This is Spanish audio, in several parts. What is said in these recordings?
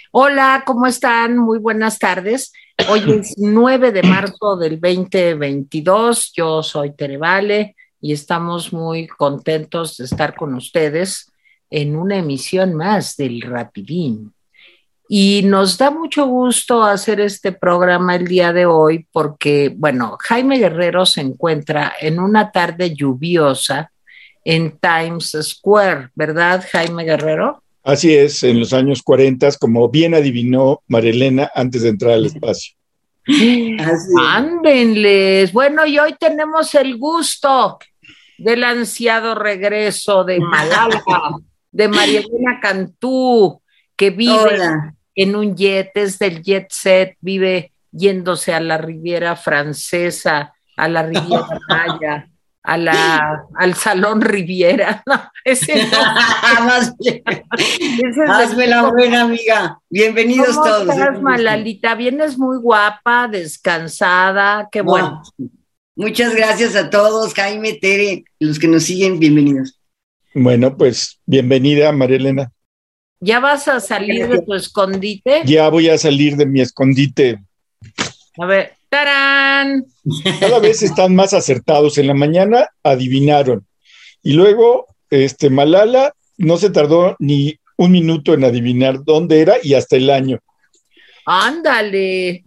Hola, ¿cómo están? Muy buenas tardes. Hoy es 9 de marzo del 2022. Yo soy Tere Vale y estamos muy contentos de estar con ustedes en una emisión más del Rapidín. Y nos da mucho gusto hacer este programa el día de hoy porque, bueno, Jaime Guerrero se encuentra en una tarde lluviosa en Times Square, ¿verdad, Jaime Guerrero? Así es, en los años 40, como bien adivinó Marilena antes de entrar al espacio. Así es. Ándenles. Bueno, y hoy tenemos el gusto del ansiado regreso de Malala, de María Elena Cantú, que vive Hola. en un jet, es del jet set, vive yéndose a la Riviera Francesa, a la Riviera Maya, al Salón Riviera. No, ese no, Más bien. ese es de... Hazme la buena, amiga. Bienvenidos ¿Cómo todos. estás, Malalita? Vienes muy guapa, descansada, qué bueno. No, muchas gracias a todos, Jaime, Tere, los que nos siguen, bienvenidos. Bueno, pues bienvenida, Marilena. ¿Ya vas a salir de tu escondite? Ya voy a salir de mi escondite. A ver, ¡tarán! Cada vez están más acertados. En la mañana adivinaron. Y luego, Malala no se tardó ni un minuto en adivinar dónde era y hasta el año. ¡Ándale!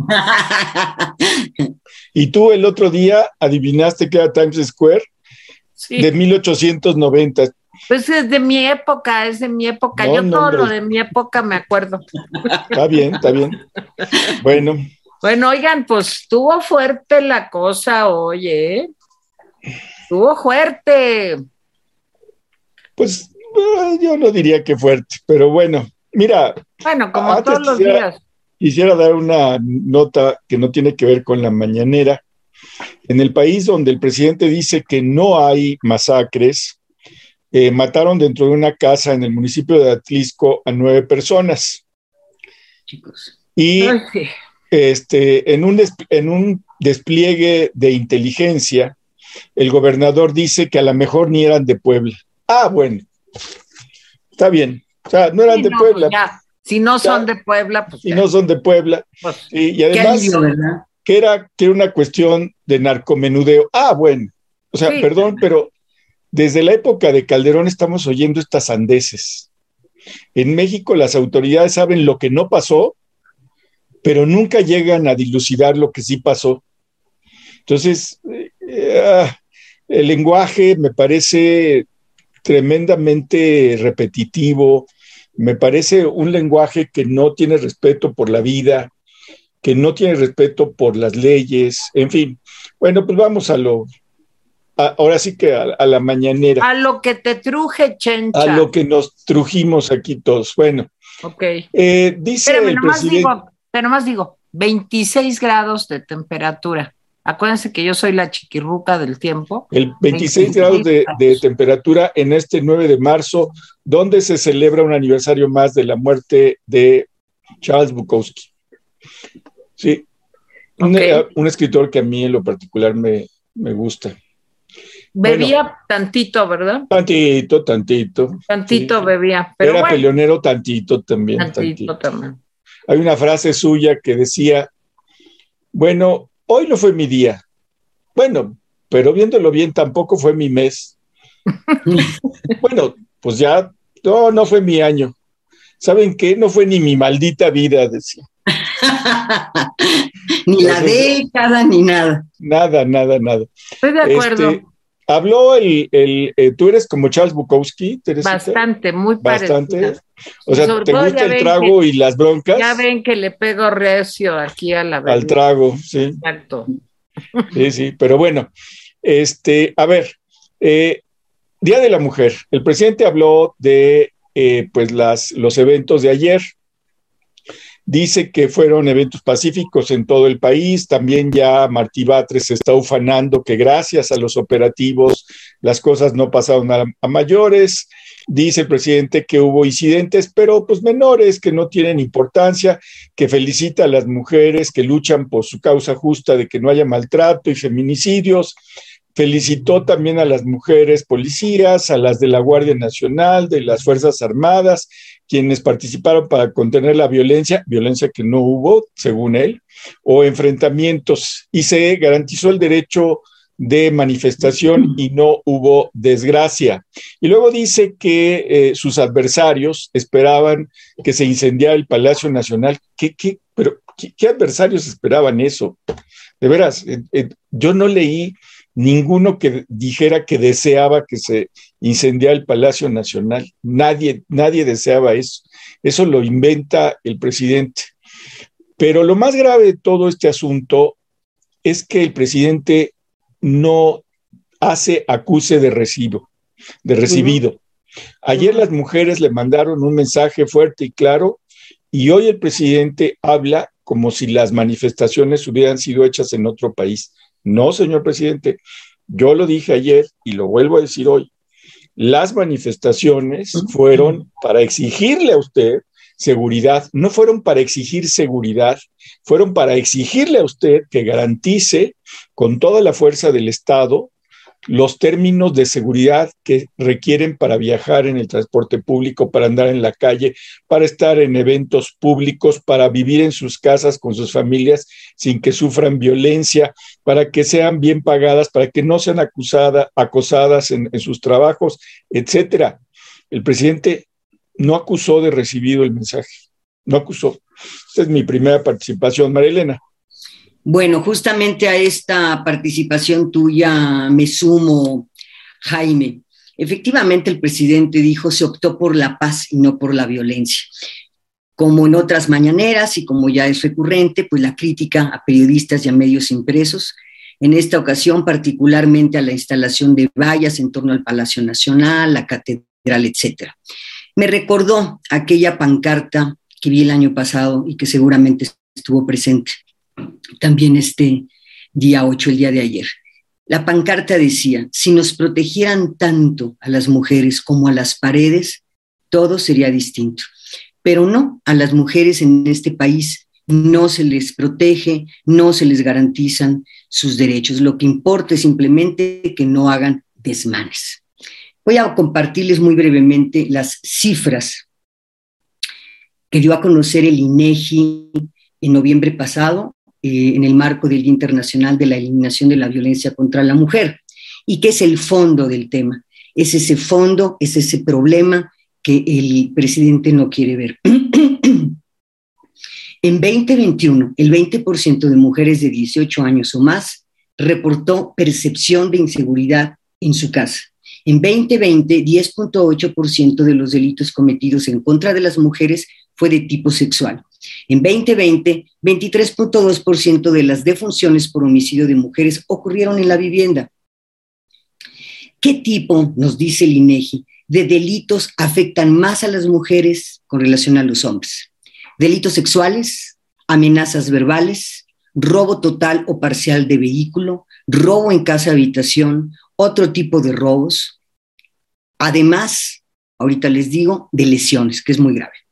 Y tú el otro día adivinaste que era Times Square Sí. de 1890. Pues es de mi época, es de mi época. No, Yo no, todo hombre. lo de mi época me acuerdo. Está bien, está bien. Bueno, Bueno, oigan, pues estuvo fuerte la cosa hoy, ¿eh? Estuvo fuerte. pues yo no diría que fuerte, pero bueno, mira, Bueno, como antes todos los días. quisiera dar una nota que no tiene que ver con la mañanera. En el país donde el presidente dice que no hay masacres, mataron dentro de una casa en el municipio de Atlisco a 9 personas. Chicos. Y Ay, sí. en un despliegue de inteligencia, el gobernador dice que a lo mejor ni eran de Puebla. Ah, bueno, está bien. O sea, no eran Sí, de no, Puebla. pues ya. Si no son de Puebla, pues Y ya. no son de Puebla. Pues, Sí, y Qué además alivio, ¿verdad? que era una cuestión de narcomenudeo. Ah, bueno. O sea, sí. perdón, pero desde la época de Calderón estamos oyendo estas sandeces. En México las autoridades saben lo que no pasó, pero nunca llegan a dilucidar lo que sí pasó. Entonces, el lenguaje me parece tremendamente repetitivo, me parece un lenguaje que no tiene respeto por la vida, que no tiene respeto por las leyes, en fin. Bueno, pues vamos ahora sí que a la mañanera, A lo que te truje, a Chencha. lo que nos trujimos aquí todos. Bueno, Ok. dice Espérame, el presidente. nomás digo, 26 grados de temperatura. Acuérdense que yo soy la chiquirruca del tiempo. El 26 grados de temperatura en este 9 de marzo, donde se celebra un aniversario más de la muerte de Charles Bukowski. Sí, Okay. un escritor que a mí en lo particular me gusta. Bebía Bueno, tantito, ¿verdad? Tantito, Tantito sí. bebía, pero Era bueno, peleonero tantito también, tantito tantito. también. Hay una frase suya que decía, bueno, hoy no fue mi día. Bueno, pero viéndolo bien, tampoco fue mi mes. Bueno, pues ya, no fue mi año. ¿Saben qué? No fue ni mi maldita vida, decía. Ni la Entonces, década, ni nada. nada. Estoy de acuerdo. Habló tú eres como Charles Bukowski, Teresita. Bastante, muy Bastante. parecida. O Y sea, sobre ¿te todo gusta ya el ven trago y las broncas? Ya ven que le pego recio aquí a la Al bebida. trago, sí. Exacto. Sí, pero bueno, a ver, Día de la Mujer. El presidente habló de pues los eventos de ayer. Dice que fueron eventos pacíficos en todo el país. También ya Martí Batres se está ufanando que gracias a los operativos las cosas no pasaron a mayores. Dice el presidente que hubo incidentes, pero pues menores, que no tienen importancia, que felicita a las mujeres que luchan por su causa justa de que no haya maltrato y feminicidios, felicitó también a las mujeres policías, a las de la Guardia Nacional, de las Fuerzas Armadas, quienes participaron para contener la violencia que no hubo, según él, o enfrentamientos, y se garantizó el derecho de manifestación y no hubo desgracia. Y luego dice que sus adversarios esperaban que se incendiara el Palacio Nacional. ¿Qué adversarios esperaban eso? De veras, yo no leí ninguno que dijera que deseaba que se incendiara el Palacio Nacional. Nadie deseaba eso. Eso lo inventa el presidente. Pero lo más grave de todo este asunto es que el presidente no hace acuse de recibido. Ayer las mujeres le mandaron un mensaje fuerte y claro, y hoy el presidente habla como si las manifestaciones hubieran sido hechas en otro país. No, señor presidente, yo lo dije ayer y lo vuelvo a decir hoy. Las manifestaciones fueron para exigirle a usted seguridad, no fueron para exigir seguridad, fueron para exigirle a usted que garantice con toda la fuerza del Estado los términos de seguridad que requieren para viajar en el transporte público, para andar en la calle, para estar en eventos públicos, para vivir en sus casas con sus familias sin que sufran violencia, para que sean bien pagadas, para que no sean acosadas en sus trabajos, etcétera. El presidente no acusó de recibido el mensaje, no acusó. Esta es mi primera participación, María Elena. Bueno, justamente a esta participación tuya me sumo, Jaime. Efectivamente, el presidente dijo se optó por la paz y no por la violencia. Como en otras mañaneras y como ya es recurrente, pues la crítica a periodistas y a medios impresos, en esta ocasión particularmente a la instalación de vallas en torno al Palacio Nacional, la catedral, etcétera. Me recordó aquella pancarta que vi el año pasado y que seguramente estuvo presente también este día 8, el día de ayer. La pancarta decía, si nos protegieran tanto a las mujeres como a las paredes, todo sería distinto. Pero no, a las mujeres en este país no se les protege, no se les garantizan sus derechos. Lo que importa es simplemente que no hagan desmanes. Voy a compartirles muy brevemente las cifras que dio a conocer el INEGI en noviembre pasado, en el marco del Día Internacional de la Eliminación de la Violencia contra la Mujer. ¿Y qué es el fondo del tema? Es ese fondo, es ese problema que el presidente no quiere ver. En 2021, el 20% de mujeres de 18 años o más reportó percepción de inseguridad en su casa. En 2020, 10.8% de los delitos cometidos en contra de las mujeres fue de tipo sexual. En 2020, 23.2% de las defunciones por homicidio de mujeres ocurrieron en la vivienda. ¿Qué tipo, nos dice el INEGI, de delitos afectan más a las mujeres con relación a los hombres? Delitos sexuales, amenazas verbales, robo total o parcial de vehículo, robo en casa-habitación, otro tipo de robos. Además, ahorita les digo, de lesiones, que es muy grave.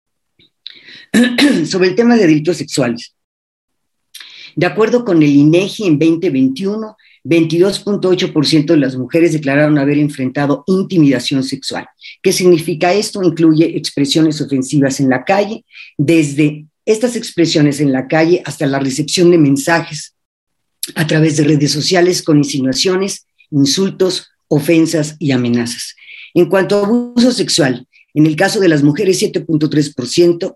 Sobre el tema de delitos sexuales. De acuerdo con el INEGI, en 2021, 22.8% de las mujeres declararon haber enfrentado intimidación sexual. ¿Qué significa esto? Incluye expresiones ofensivas en la calle, desde estas expresiones en la calle hasta la recepción de mensajes a través de redes sociales con insinuaciones, insultos, ofensas y amenazas. En cuanto a abuso sexual, en el caso de las mujeres, 7.3%,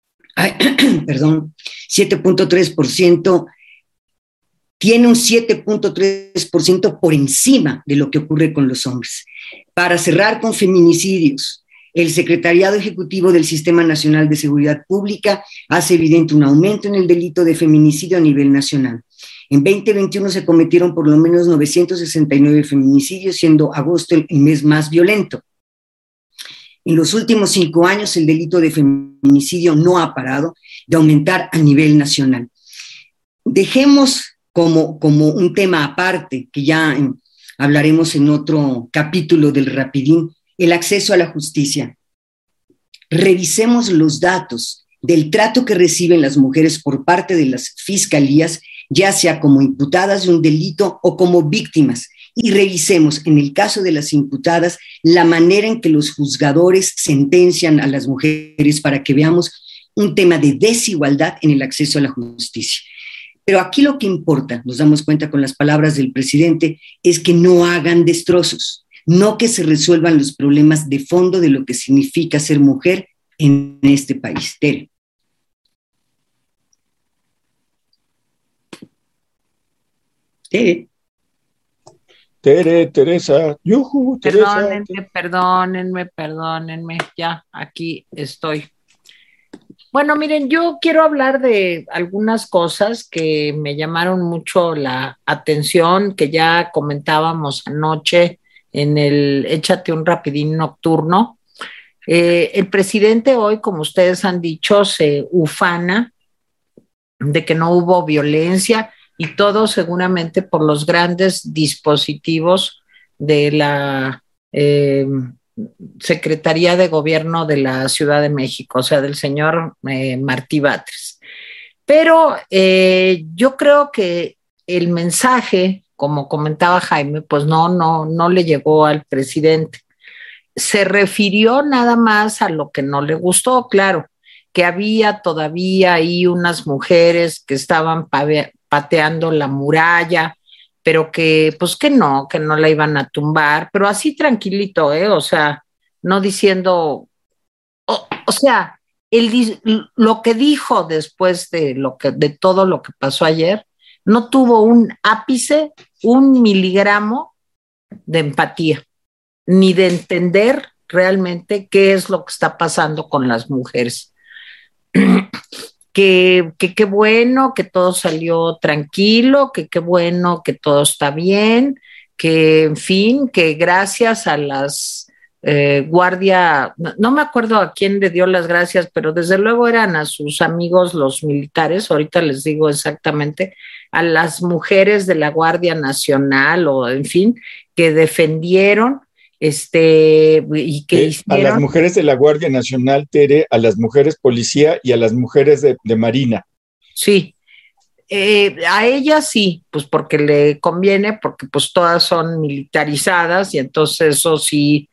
7.3%, tiene un 7.3% por encima de lo que ocurre con los hombres. Para cerrar con feminicidios, el Secretariado Ejecutivo del Sistema Nacional de Seguridad Pública hace evidente un aumento en el delito de feminicidio a nivel nacional. En 2021 se cometieron por lo menos 969 feminicidios, siendo agosto el mes más violento. En los últimos 5 años, el delito de feminicidio no ha parado de aumentar a nivel nacional. Dejemos como un tema aparte, que ya hablaremos en otro capítulo del Rapidín, el acceso a la justicia. Revisemos los datos del trato que reciben las mujeres por parte de las fiscalías, ya sea como imputadas de un delito o como víctimas. y revisemos, en el caso de las imputadas, la manera en que los juzgadores sentencian a las mujeres para que veamos un tema de desigualdad en el acceso a la justicia. Pero aquí lo que importa, nos damos cuenta con las palabras del presidente, es que no hagan destrozos, no que se resuelvan los problemas de fondo de lo que significa ser mujer en este país. Tere. Teresa, yujú, Teresa. Perdónenme, ya, aquí estoy. Bueno, miren, yo quiero hablar de algunas cosas que me llamaron mucho la atención, que ya comentábamos anoche en el Échate un rapidín nocturno. El presidente hoy, como ustedes han dicho, se ufana de que no hubo violencia y todo seguramente por los grandes dispositivos de la Secretaría de Gobierno de la Ciudad de México, o sea, del señor Martí Batres. Pero yo creo que el mensaje, como comentaba Jaime, pues no le llegó al presidente. Se refirió nada más a lo que no le gustó, claro, que había todavía ahí unas mujeres que estaban pateando la muralla, pero que pues que no la iban a tumbar, pero así tranquilito, o sea, no diciendo, o sea, lo que dijo después de todo lo que pasó ayer, no tuvo un ápice, un miligramo de empatía, ni de entender realmente qué es lo que está pasando con las mujeres. Que qué bueno que todo salió tranquilo, que qué bueno que todo está bien, que en fin, que gracias a las guardia, no me acuerdo a quién le dio las gracias, pero desde luego eran a sus amigos los militares, ahorita les digo exactamente, a las mujeres de la Guardia Nacional o en fin, que defendieron y que hicieron... A las mujeres de la Guardia Nacional, Tere, a las mujeres policía y a las mujeres de Marina. Sí, a ellas sí, pues porque le conviene, porque pues todas son militarizadas y entonces eso sí,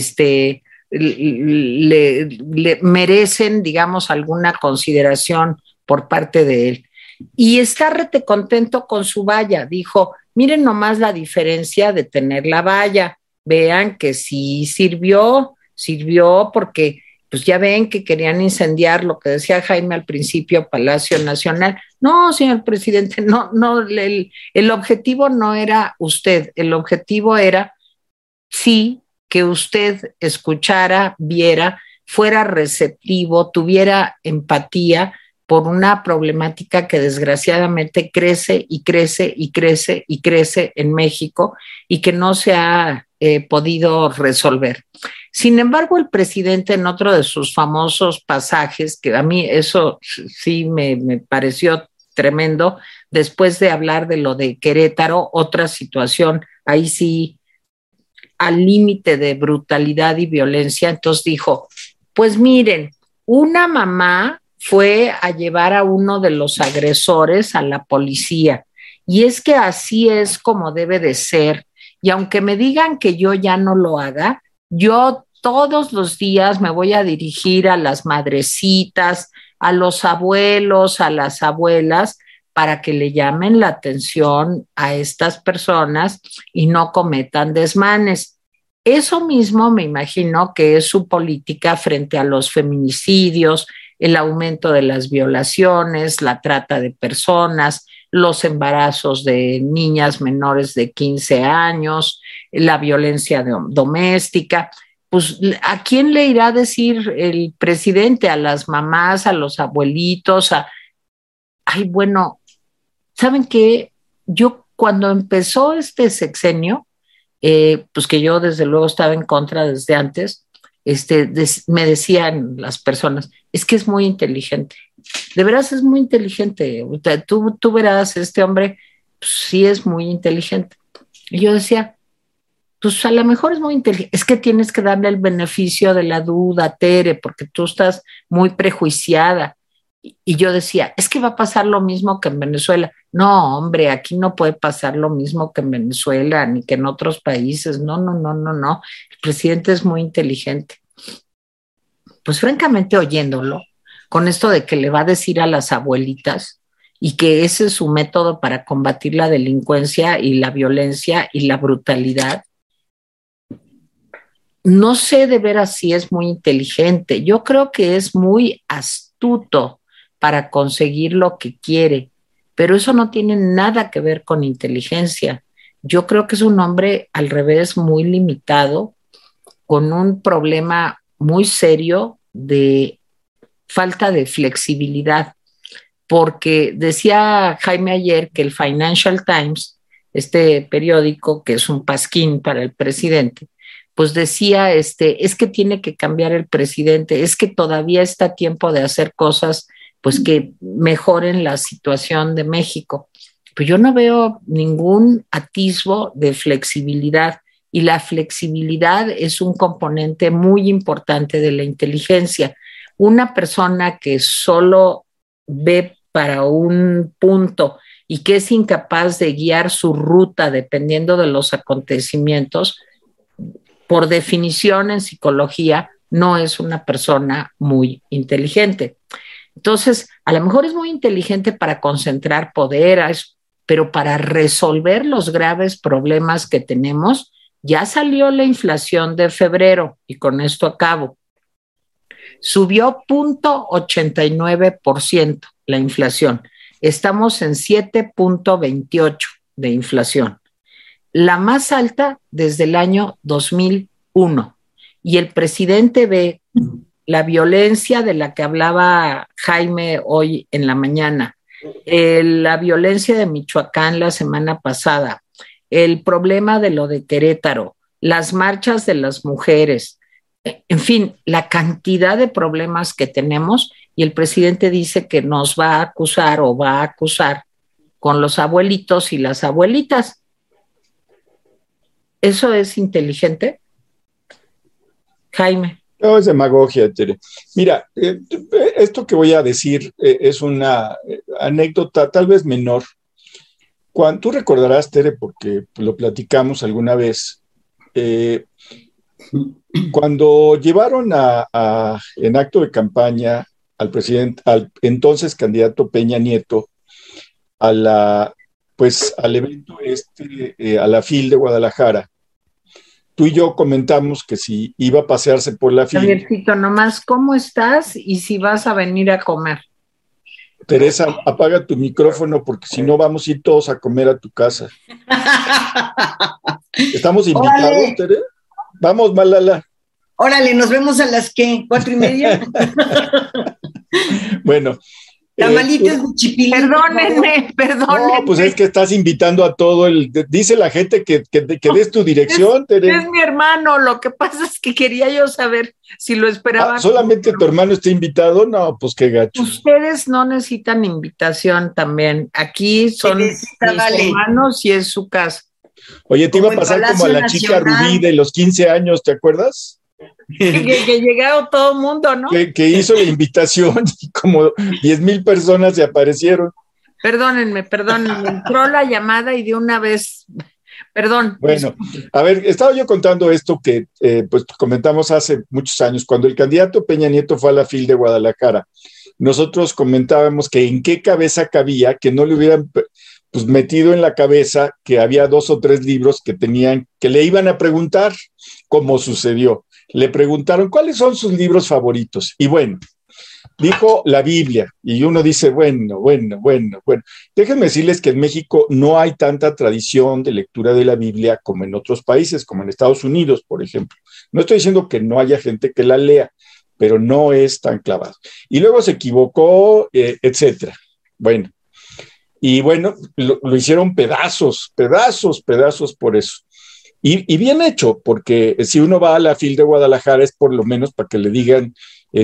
le merecen, digamos, alguna consideración por parte de él. Y está rete contento con su valla, dijo, miren nomás la diferencia de tener la valla, vean que sí sirvió porque pues ya ven que querían incendiar lo que decía Jaime al principio, Palacio Nacional. No, señor presidente, no, el objetivo no era usted, el objetivo era sí que usted escuchara, viera, fuera receptivo, tuviera empatía por una problemática que desgraciadamente crece y crece y crece y crece en México y que no se ha podido resolver. Sin embargo, el presidente en otro de sus famosos pasajes, que a mí eso sí me pareció tremendo, después de hablar de lo de Querétaro, otra situación, ahí sí, al límite de brutalidad y violencia, entonces dijo, pues miren, una mamá fue a llevar a uno de los agresores a la policía, y es que así es como debe de ser, y aunque me digan que yo ya no lo haga, yo todos los días me voy a dirigir a las madrecitas, a los abuelos, a las abuelas, para que le llamen la atención a estas personas y no cometan desmanes. Eso mismo me imagino que es su política frente a los feminicidios, el aumento de las violaciones, la trata de personas, los embarazos de niñas menores de 15 años, la violencia doméstica. Pues, ¿a quién le irá a decir el presidente? A las mamás, a los abuelitos, Ay, bueno, ¿saben qué? Yo cuando empezó este sexenio, pues que yo desde luego estaba en contra desde antes, me decían las personas, es que es muy inteligente, de veras es muy inteligente, tú verás, este hombre pues, sí es muy inteligente. Y yo decía, pues a lo mejor es muy inteligente, es que tienes que darle el beneficio de la duda, Tere, porque tú estás muy prejuiciada. Y yo decía, es que va a pasar lo mismo que en Venezuela. No, hombre, aquí no puede pasar lo mismo que en Venezuela ni que en otros países. No, no, no, no, no. El presidente es muy inteligente. Pues francamente, oyéndolo, con esto de que le va a decir a las abuelitas y que ese es su método para combatir la delincuencia y la violencia y la brutalidad, no sé de veras si es muy inteligente. Yo creo que es muy astuto para conseguir lo que quiere, pero eso no tiene nada que ver con inteligencia. Yo creo que es un hombre al revés muy limitado, con un problema muy serio de falta de flexibilidad, porque decía Jaime ayer que el Financial Times, este periódico que es un pasquín para el presidente, pues decía, es que tiene que cambiar el presidente, es que todavía está a tiempo de hacer cosas pues que mejoren la situación de México. Pues yo no veo ningún atisbo de flexibilidad, y la flexibilidad es un componente muy importante de la inteligencia. Una persona que solo ve para un punto y que es incapaz de guiar su ruta dependiendo de los acontecimientos, por definición en psicología, no es una persona muy inteligente. Entonces, a lo mejor es muy inteligente para concentrar poder, pero para resolver los graves problemas que tenemos, ya salió la inflación de febrero, y con esto acabo. Subió 0.89% la inflación. Estamos en 7.28% de inflación, la más alta desde el año 2001. Y el presidente ve la violencia de la que hablaba Jaime hoy en la mañana, la violencia de Michoacán la semana pasada, el problema de lo de Querétaro, las marchas de las mujeres, en fin, la cantidad de problemas que tenemos, y el presidente dice que nos va a acusar o va a acusar con los abuelitos y las abuelitas. ¿Eso es inteligente, Jaime? No, es demagogia, Tere. Mira, esto que voy a decir es una anécdota tal vez menor. Tú recordarás, Tere, porque lo platicamos alguna vez, cuando llevaron en acto de campaña al presidente, al entonces candidato Peña Nieto, al evento a la FIL de Guadalajara, tú y yo comentamos que si iba a pasearse por la FIL. Javiercito, nomás, ¿cómo estás? Y si vas a venir a comer. Teresa, apaga tu micrófono porque si no vamos a ir todos a comer a tu casa. ¿Estamos invitados, órale, Tere? Vamos, Malala. Órale, nos vemos a las, ¿qué? 4:30. Bueno. Tamalitos de chipilín. Perdónenme. No, pues es que estás invitando a todo dice la gente que des tu dirección, Tere. Es mi hermano, lo que pasa es que quería yo saber si lo esperaban. ¿Solamente tu hermano está invitado? No, pues qué gacho. Ustedes no necesitan invitación también. Aquí son mis hermanos y es su casa. Oye, te iba a pasar como a la chica Rubí de los 15 años, ¿te acuerdas? Que llegaron todo el mundo, ¿no? Que hizo la invitación y como 10,000 personas se aparecieron. Perdónenme, entró la llamada y de una vez, perdón. Bueno, a ver, estaba yo contando esto que pues comentamos hace muchos años, cuando el candidato Peña Nieto fue a la FIL de Guadalajara, nosotros comentábamos que en qué cabeza cabía que no le hubieran pues metido en la cabeza que había 2 o 3 libros que le iban a preguntar, como sucedió. Le preguntaron cuáles son sus libros favoritos. Y bueno, dijo la Biblia. Y uno dice, bueno. Déjenme decirles que en México no hay tanta tradición de lectura de la Biblia como en otros países, como en Estados Unidos, por ejemplo. No estoy diciendo que no haya gente que la lea, pero no es tan clavado. Y luego se equivocó, etcétera. Bueno. Y bueno, lo hicieron pedazos por eso. Y bien hecho, porque si uno va a la FIL de Guadalajara es por lo menos para que le digan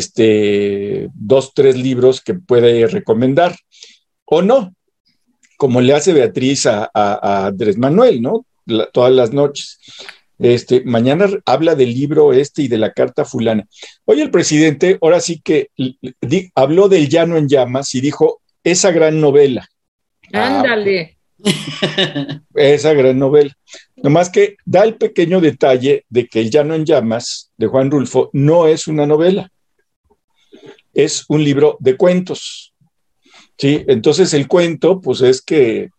2, 3 libros que puede recomendar, o no, como le hace Beatriz a Andrés Manuel, ¿no? Todas las noches. Mañana habla del libro y de la carta fulana. Hoy el presidente, ahora sí que habló del Llano en Llamas y dijo, esa gran novela. Ándale. Esa gran novela. Nomás que da el pequeño detalle de que El Llano en Llamas, de Juan Rulfo, no es una novela, es un libro de cuentos. ¿Sí? Entonces el cuento, pues es que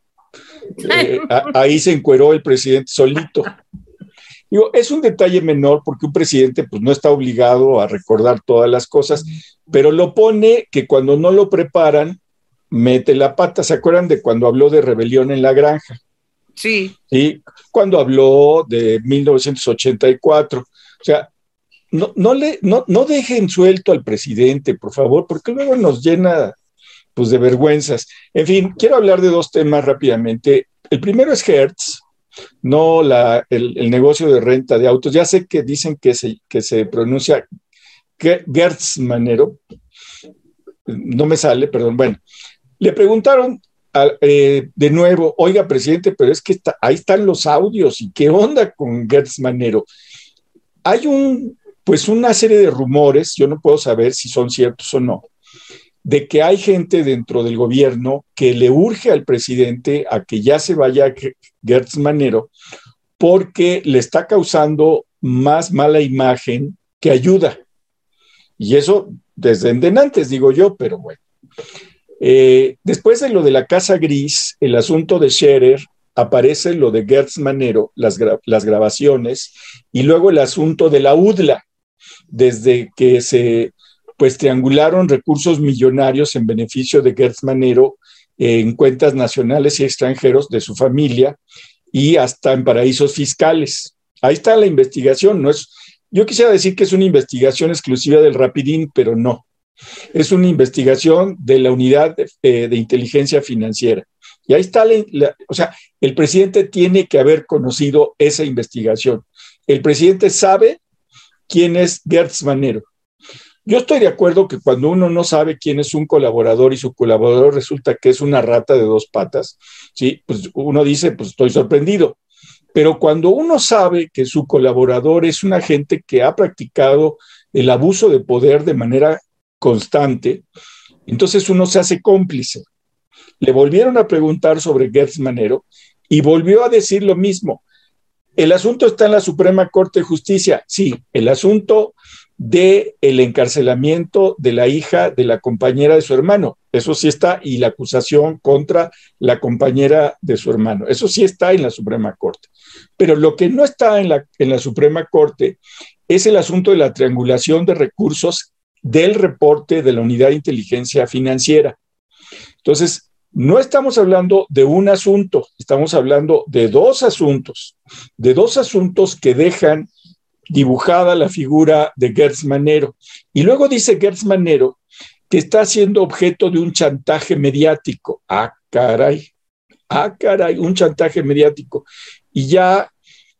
ahí se encueró el presidente solito. Digo, es un detalle menor porque un presidente pues, no está obligado a recordar todas las cosas, pero lo pone que cuando no lo preparan, mete la pata. ¿Se acuerdan de cuando habló de rebelión en la granja? Sí. ¿Sí? Cuando habló de 1984. O sea, no dejen suelto al presidente, por favor, porque luego nos llena pues, de vergüenzas. En fin, quiero hablar de dos temas rápidamente. El primero es Hertz, no el negocio de renta de autos. Ya sé que dicen que se pronuncia Gertz Manero. No me sale, perdón. Bueno, le preguntaron de nuevo, oiga, presidente, pero es que ahí están los audios, ¿y qué onda con Gertz Manero? Hay una serie de rumores, yo no puedo saber si son ciertos o no, de que hay gente dentro del gobierno que le urge al presidente a que ya se vaya Gertz Manero porque le está causando más mala imagen que ayuda. Y eso desde antes, digo yo, pero bueno. Después de lo de la Casa Gris, el asunto de Scherer, aparece lo de Gertz Manero, las grabaciones, y luego el asunto de la UDLA, desde que se triangularon recursos millonarios en beneficio de Gertz Manero en cuentas nacionales y extranjeros de su familia y hasta en paraísos fiscales. Ahí está la investigación. Yo quisiera decir que es una investigación exclusiva del Rapidín, pero no. Es una investigación de la unidad de inteligencia financiera. Y ahí está, o sea, el presidente tiene que haber conocido esa investigación. El presidente sabe quién es Gertz Manero. Yo estoy de acuerdo que cuando uno no sabe quién es un colaborador y su colaborador resulta que es una rata de dos patas, ¿sí? Pues uno dice, pues estoy sorprendido. Pero cuando uno sabe que su colaborador es una gente que ha practicado el abuso de poder de manera constante, entonces uno se hace cómplice. Le volvieron a preguntar sobre Gertz Manero y volvió a decir lo mismo. El asunto está en la Suprema Corte de Justicia. Sí, el asunto del encarcelamiento de la hija de la compañera de su hermano. Eso sí está, y la acusación contra la compañera de su hermano. Eso sí está en la Suprema Corte. Pero lo que no está en la Suprema Corte es el asunto de la triangulación de recursos del reporte de la Unidad de Inteligencia Financiera. Entonces, no estamos hablando de un asunto, estamos hablando de dos asuntos que dejan dibujada la figura de Gertz Manero. Y luego dice Gertz Manero que está siendo objeto de un chantaje mediático. Ah, caray, un chantaje mediático. Y ya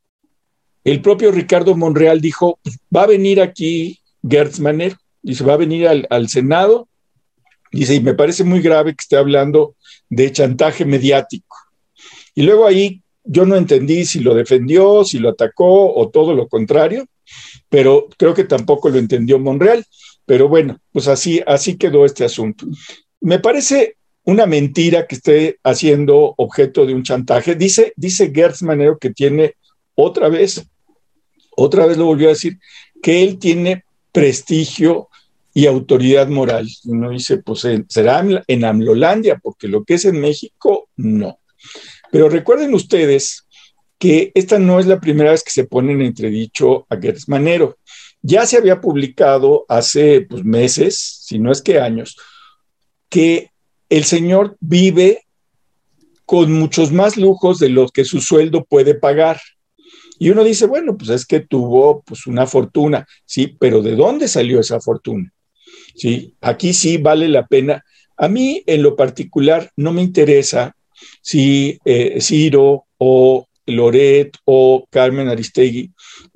el propio Ricardo Monreal dijo, pues, va a venir aquí Gertz Manero, dice, va a venir al Senado, dice, y me parece muy grave que esté hablando de chantaje mediático. Y luego ahí yo no entendí si lo defendió, si lo atacó o todo lo contrario, pero creo que tampoco lo entendió Monreal. Pero bueno, pues así quedó este asunto. Me parece una mentira que esté haciendo objeto de un chantaje. Dice Gertz Manero que tiene otra vez lo volvió a decir, que él tiene prestigio y autoridad moral. Uno dice, pues será en AMLOlandia, porque lo que es en México, no. Pero recuerden ustedes que esta no es la primera vez que se pone en entredicho a Gertz Manero. Ya se había publicado hace meses, si no es que años, que el señor vive con muchos más lujos de los que su sueldo puede pagar. Y uno dice, bueno, pues es que tuvo una fortuna, sí, pero ¿de dónde salió esa fortuna? Sí, aquí sí vale la pena. A mí, en lo particular, no me interesa si Ciro o Loret o Carmen Aristegui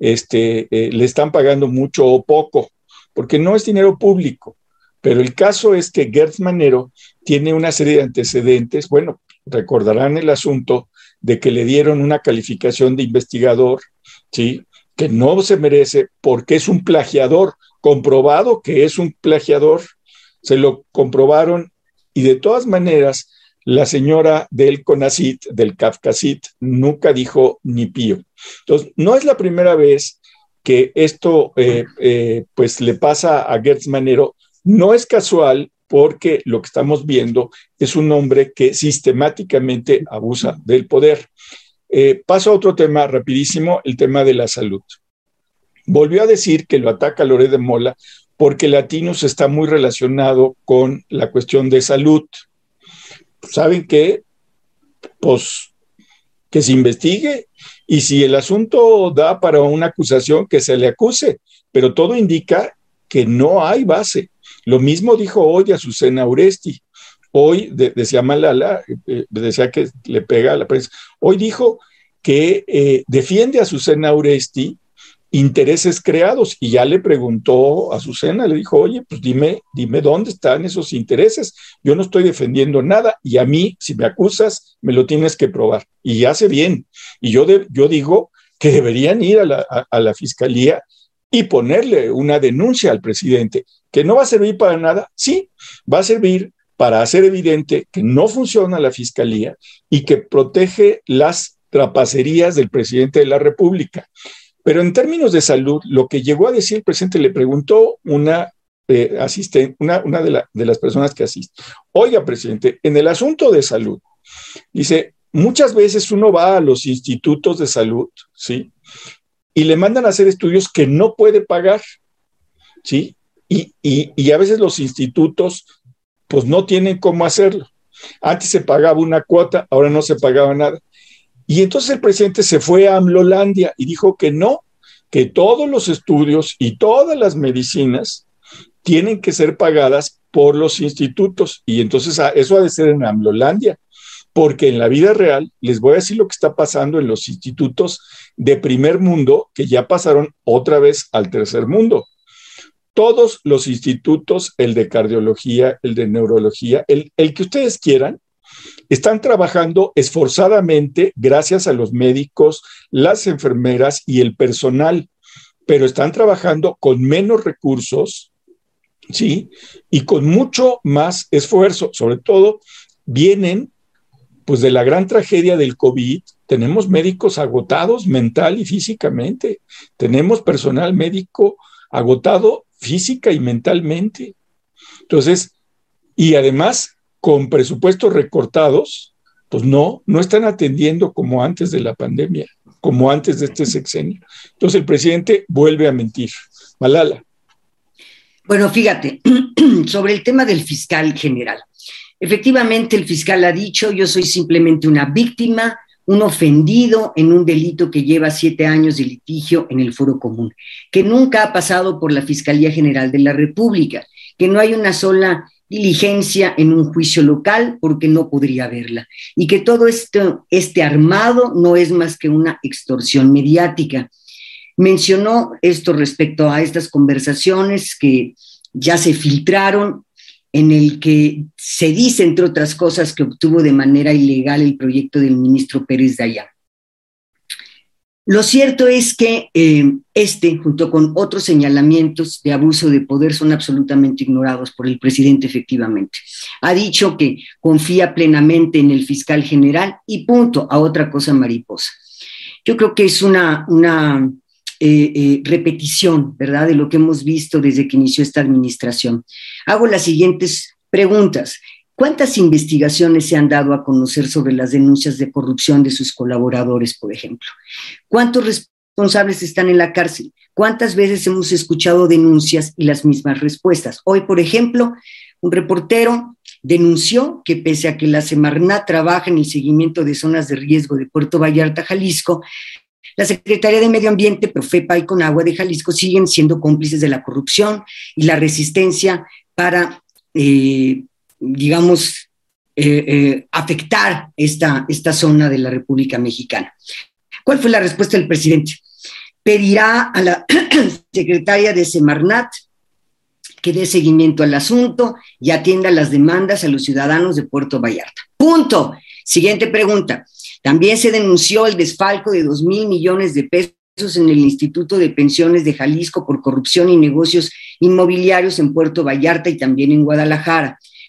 le están pagando mucho o poco, porque no es dinero público. Pero el caso es que Gertz Manero tiene una serie de antecedentes. Bueno, recordarán el asunto de que le dieron una calificación de investigador, ¿sí?, que no se merece porque es un plagiador, comprobado que es un plagiador, se lo comprobaron, y de todas maneras la señora del CONACYT, del CAFCACYT, nunca dijo ni pío. Entonces, no es la primera vez que esto pues le pasa a Gertz Manero. No es casual, porque lo que estamos viendo es un hombre que sistemáticamente abusa del poder. Paso a otro tema rapidísimo, el tema de la salud. Volvió a decir que lo ataca Loret de Mola porque Latinus está muy relacionado con la cuestión de salud. ¿Saben qué? Pues que se investigue, y si el asunto da para una acusación, que se le acuse, pero todo indica que no hay base. Lo mismo dijo hoy Azucena Oresti. Hoy decía Malala, decía que le pega a la prensa. Hoy dijo que defiende a Azucena Oresti intereses creados, y ya le preguntó a Azucena, le dijo, oye, pues dime dónde están esos intereses. Yo no estoy defendiendo nada, y a mí, si me acusas, me lo tienes que probar. Y hace bien. Y yo digo que deberían ir a la fiscalía y ponerle una denuncia al presidente, que no va a servir para nada. Sí, va a servir para hacer evidente que no funciona la fiscalía y que protege las trapacerías del presidente de la República. Pero en términos de salud, lo que llegó a decir el presidente, le preguntó una asistente, una de las personas que asiste. Oiga, presidente, en el asunto de salud, dice, muchas veces uno va a los institutos de salud, ¿sí? Y le mandan a hacer estudios que no puede pagar, ¿sí? Y a veces los institutos, pues no tienen cómo hacerlo. Antes se pagaba una cuota, ahora no se pagaba nada. Y entonces el presidente se fue a AMLOlandia y dijo que no, que todos los estudios y todas las medicinas tienen que ser pagadas por los institutos. Y entonces eso ha de ser en AMLOlandia, porque en la vida real les voy a decir lo que está pasando en los institutos de primer mundo, que ya pasaron otra vez al tercer mundo. Todos los institutos, el de cardiología, el de neurología, el que ustedes quieran, están trabajando esforzadamente gracias a los médicos, las enfermeras y el personal, pero están trabajando con menos recursos, ¿sí? Y con mucho más esfuerzo. Sobre todo, vienen pues de la gran tragedia del COVID. Tenemos médicos agotados mental y físicamente. Tenemos personal médico agotado física y mentalmente. Entonces, y además, con presupuestos recortados, pues no están atendiendo como antes de la pandemia, como antes de este sexenio. Entonces el presidente vuelve a mentir. Malala. Bueno, fíjate, sobre el tema del fiscal general. Efectivamente, el fiscal ha dicho, yo soy simplemente una víctima, un ofendido en un delito que lleva 7 años de litigio en el Foro Común, que nunca ha pasado por la Fiscalía General de la República, que no hay una sola diligencia en un juicio local porque no podría haberla, y que todo este armado no es más que una extorsión mediática. Mencionó esto respecto a estas conversaciones que ya se filtraron, en el que se dice, entre otras cosas, que obtuvo de manera ilegal el proyecto del ministro Pérez Dayán. Lo cierto es que junto con otros señalamientos de abuso de poder, son absolutamente ignorados por el presidente, efectivamente. Ha dicho que confía plenamente en el fiscal general y punto, a otra cosa mariposa. Yo creo que es una repetición, ¿verdad?, de lo que hemos visto desde que inició esta administración. Hago las siguientes preguntas. ¿Cuántas investigaciones se han dado a conocer sobre las denuncias de corrupción de sus colaboradores, por ejemplo? ¿Cuántos responsables están en la cárcel? ¿Cuántas veces hemos escuchado denuncias y las mismas respuestas? Hoy, por ejemplo, un reportero denunció que pese a que la Semarnat trabaja en el seguimiento de zonas de riesgo de Puerto Vallarta, Jalisco, la Secretaría de Medio Ambiente, Profepa y Conagua de Jalisco siguen siendo cómplices de la corrupción y la resistencia para afectar esta zona de la República Mexicana. ¿Cuál fue la respuesta del presidente? Pedirá a la secretaria de Semarnat que dé seguimiento al asunto y atienda las demandas a los ciudadanos de Puerto Vallarta. Punto. Siguiente pregunta. También se denunció el desfalco de 2,000 millones de pesos en el Instituto de Pensiones de Jalisco por corrupción y negocios inmobiliarios en Puerto Vallarta y también en Guadalajara.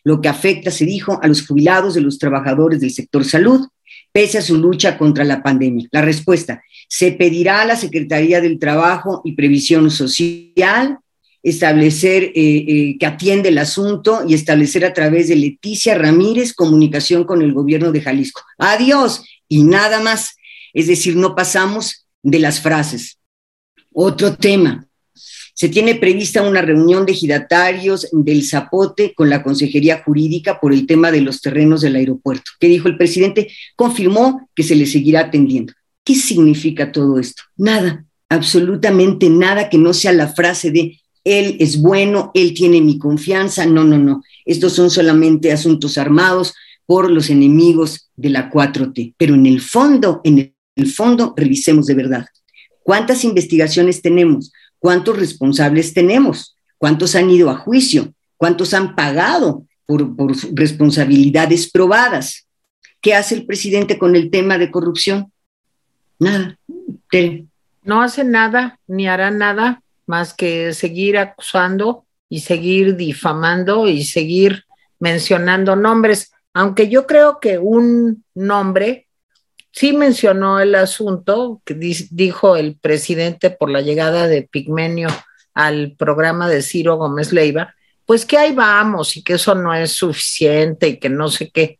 lo que afecta, se dijo, a los jubilados de los trabajadores del sector salud, pese a su lucha contra la pandemia. La respuesta: se pedirá a la Secretaría del Trabajo y Previsión Social establecer que atiende el asunto y establecer a través de Leticia Ramírez comunicación con el gobierno de Jalisco. Adiós, y nada más. Es decir, no pasamos de las frases. Otro tema: se tiene prevista una reunión de ejidatarios del Zapote con la Consejería Jurídica por el tema de los terrenos del aeropuerto. ¿Qué dijo el presidente? Confirmó que se le seguirá atendiendo. ¿Qué significa todo esto? Nada, absolutamente nada que no sea la frase de él es bueno, él tiene mi confianza. No, no, no. Estos son solamente asuntos armados por los enemigos de la 4T. Pero en el fondo, revisemos de verdad. ¿Cuántas investigaciones tenemos? ¿Cuántos responsables tenemos? ¿Cuántos han ido a juicio? ¿Cuántos han pagado por responsabilidades probadas? ¿Qué hace el presidente con el tema de corrupción? Nada. No hace nada, ni hará nada más que seguir acusando y seguir difamando y seguir mencionando nombres, aunque yo creo que un nombre sí mencionó el asunto que dijo el presidente por la llegada de Pigmenio al programa de Ciro Gómez Leiva, pues que ahí vamos y que eso no es suficiente y que no sé qué.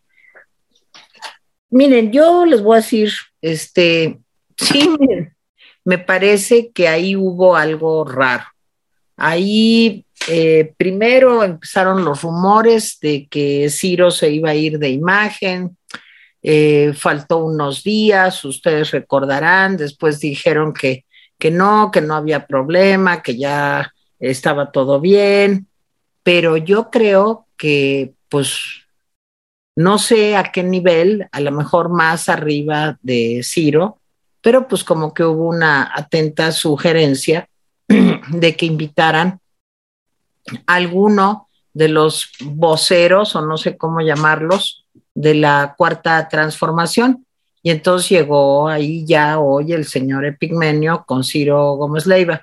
Miren, yo les voy a decir, sí, miren, me parece que ahí hubo algo raro. Ahí primero empezaron los rumores de que Ciro se iba a ir de imagen, faltó unos días, ustedes recordarán, después dijeron que no había problema, que ya estaba todo bien, pero yo creo que pues no sé a qué nivel, a lo mejor más arriba de Ciro, pero pues como que hubo una atenta sugerencia de que invitaran a alguno de los voceros, o no sé cómo llamarlos, de la Cuarta Transformación. Y entonces llegó ahí ya hoy el señor Epigmenio con Ciro Gómez Leiva.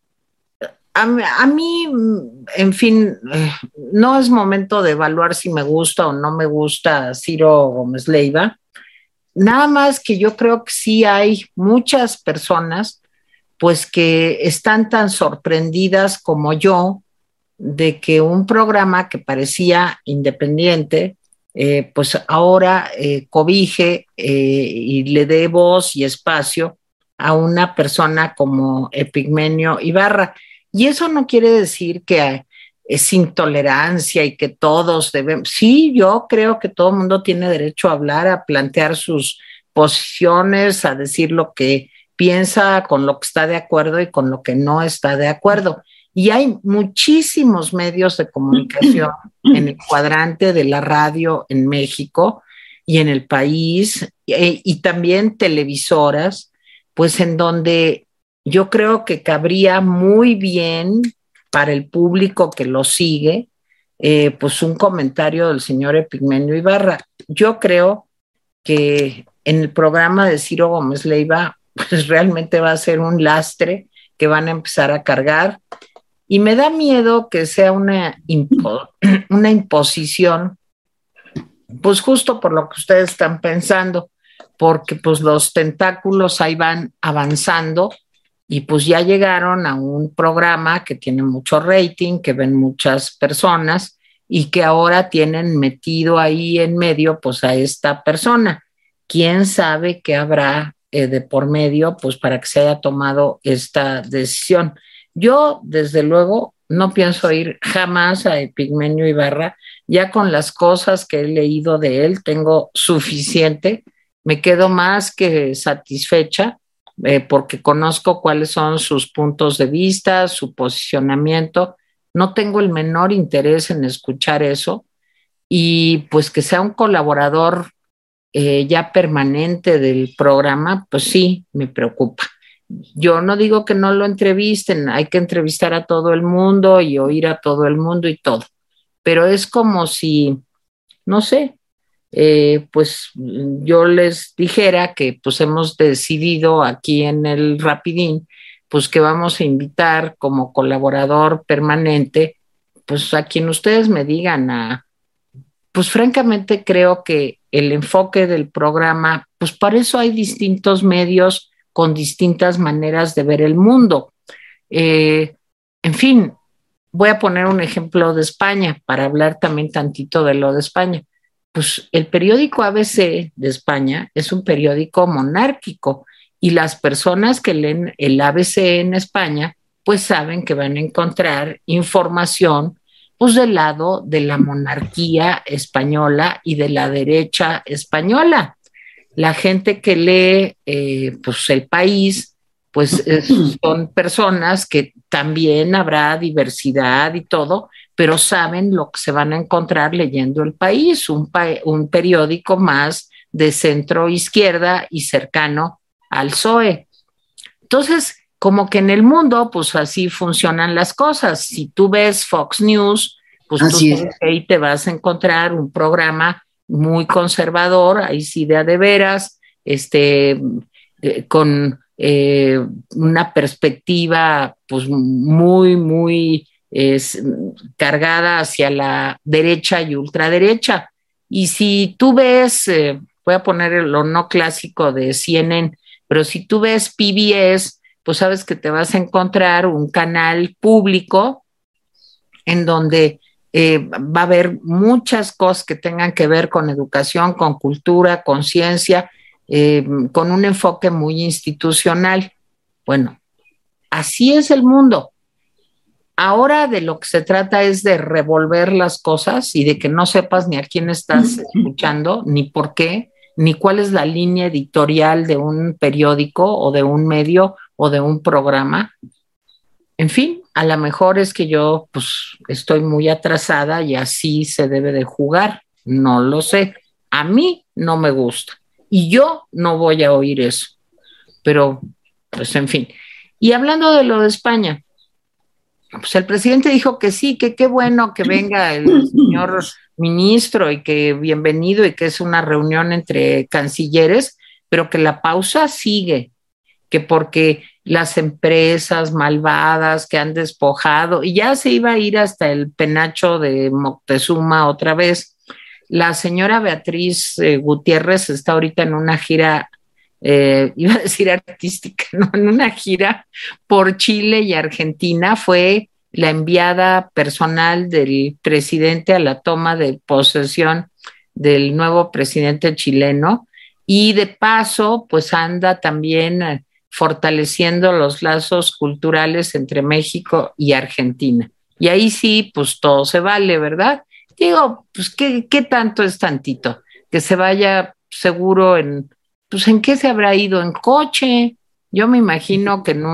A mí, en fin, no es momento de evaluar si me gusta o no me gusta Ciro Gómez Leiva. Nada más que yo creo que sí hay muchas personas pues que están tan sorprendidas como yo de que un programa que parecía independiente, pues ahora cobije y le dé voz y espacio a una persona como Epigmenio Ibarra. Y eso no quiere decir que es intolerancia y que todos debemos. Sí, yo creo que todo el mundo tiene derecho a hablar, a plantear sus posiciones, a decir lo que piensa, con lo que está de acuerdo y con lo que no está de acuerdo. Y hay muchísimos medios de comunicación en el cuadrante de la radio en México y en el país, y también televisoras, pues en donde yo creo que cabría muy bien para el público que lo sigue, pues un comentario del señor Epigmenio Ibarra. Yo creo que en el programa de Ciro Gómez Leiva, pues realmente va a ser un lastre que van a empezar a cargar, y me da miedo que sea una imposición, pues justo por lo que ustedes están pensando, porque pues los tentáculos ahí van avanzando y pues ya llegaron a un programa que tiene mucho rating, que ven muchas personas y que ahora tienen metido ahí en medio pues a esta persona. ¿Quién sabe qué habrá de por medio pues para que se haya tomado esta decisión? Yo, desde luego, no pienso ir jamás a Epigmenio Ibarra. Ya con las cosas que he leído de él tengo suficiente. Me quedo más que satisfecha porque conozco cuáles son sus puntos de vista, su posicionamiento. No tengo el menor interés en escuchar eso, y pues que sea un colaborador ya permanente del programa, pues sí, me preocupa. Yo no digo que no lo entrevisten, hay que entrevistar a todo el mundo y oír a todo el mundo y todo, pero es como si, no sé, pues yo les dijera que pues hemos decidido aquí en el Rapidín, pues que vamos a invitar como colaborador permanente, pues a quien ustedes me digan, a pues francamente creo que el enfoque del programa, pues para eso hay distintos medios con distintas maneras de ver el mundo. En fin, voy a poner un ejemplo de España para hablar también tantito de lo de España. Pues el periódico ABC de España es un periódico monárquico y las personas que leen el ABC en España pues saben que van a encontrar información pues del lado de la monarquía española y de la derecha española. La gente que lee pues El País, pues son personas que también habrá diversidad y todo, pero saben lo que se van a encontrar leyendo El País, un periódico más de centro izquierda y cercano al PSOE. Entonces, como que en el mundo, pues así funcionan las cosas. Si tú ves Fox News, pues así tú sabes que ahí te vas a encontrar un programa muy conservador, ahí sí de veras, con una perspectiva pues muy cargada hacia la derecha y ultraderecha. Y si tú ves, voy a poner lo no clásico de CNN, pero si tú ves PBS, pues sabes que te vas a encontrar un canal público en donde va a haber muchas cosas que tengan que ver con educación, con cultura, con ciencia, con un enfoque muy institucional. Bueno, así es el mundo. Ahora de lo que se trata es de revolver las cosas y de que no sepas ni a quién estás escuchando, ni por qué, ni cuál es la línea editorial de un periódico o de un medio o de un programa. En fin, a lo mejor es que yo pues estoy muy atrasada y así se debe de jugar, no lo sé. A mí no me gusta y yo no voy a oír eso, pero pues en fin. Y hablando de lo de España, pues el presidente dijo que sí, que qué bueno que venga el señor ministro y que bienvenido y que es una reunión entre cancilleres, pero que la pausa sigue, que porque las empresas malvadas que han despojado, y ya se iba a ir hasta el penacho de Moctezuma otra vez. La señora Beatriz Gutiérrez está ahorita en una gira, iba a decir artística, no, en una gira por Chile y Argentina. Fue la enviada personal del presidente a la toma de posesión del nuevo presidente chileno, y de paso, pues anda también fortaleciendo los lazos culturales entre México y Argentina. Y ahí sí, pues todo se vale, ¿verdad? Digo, pues ¿qué tanto es tantito? Que se vaya seguro pues ¿en qué se habrá ido? ¿En coche? Yo me imagino que en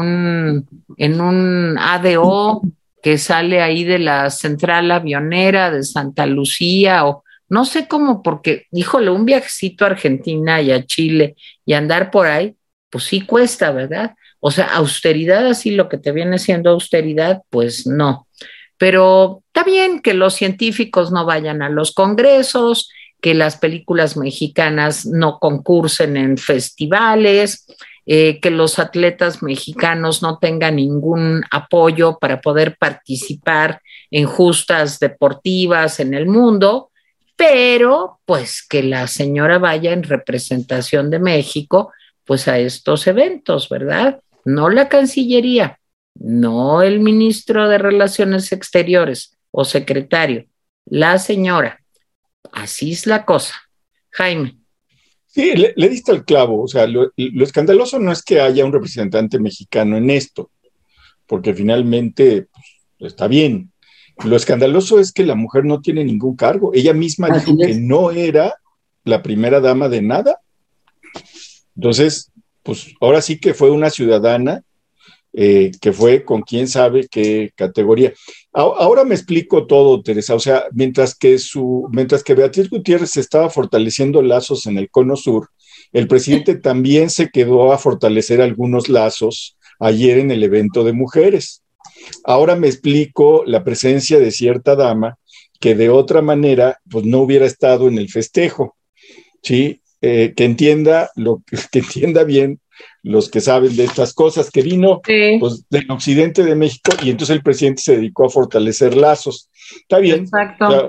un ADO que sale ahí de la central avionera de Santa Lucía, o no sé cómo, porque, híjole, un viajecito a Argentina y a Chile y andar por ahí, pues sí cuesta, ¿verdad? O sea, austeridad, así lo que te viene siendo austeridad, pues no. Pero está bien que los científicos no vayan a los congresos, que las películas mexicanas no concursen en festivales, que los atletas mexicanos no tengan ningún apoyo para poder participar en justas deportivas en el mundo, pero pues que la señora vaya en representación de México pues a estos eventos, ¿verdad? No la Cancillería, no el ministro de Relaciones Exteriores o secretario, la señora. Así es la cosa. Jaime. Sí, le diste al clavo. O sea, lo escandaloso no es que haya un representante mexicano en esto, porque finalmente pues, está bien. Lo escandaloso es que la mujer no tiene ningún cargo. Ella misma dijo que no era la primera dama de nada. Entonces, pues ahora sí que fue una ciudadana que fue con quién sabe qué categoría. Ahora me explico todo, Teresa. O sea, mientras que Beatriz Gutiérrez estaba fortaleciendo lazos en el Cono Sur, el presidente también se quedó a fortalecer algunos lazos ayer en el evento de mujeres. Ahora me explico la presencia de cierta dama que de otra manera pues no hubiera estado en el festejo, ¿sí? Que entienda bien los que saben de estas cosas, que vino pues, del occidente de México y entonces el presidente se dedicó a fortalecer lazos. Está bien. Exacto. O sea,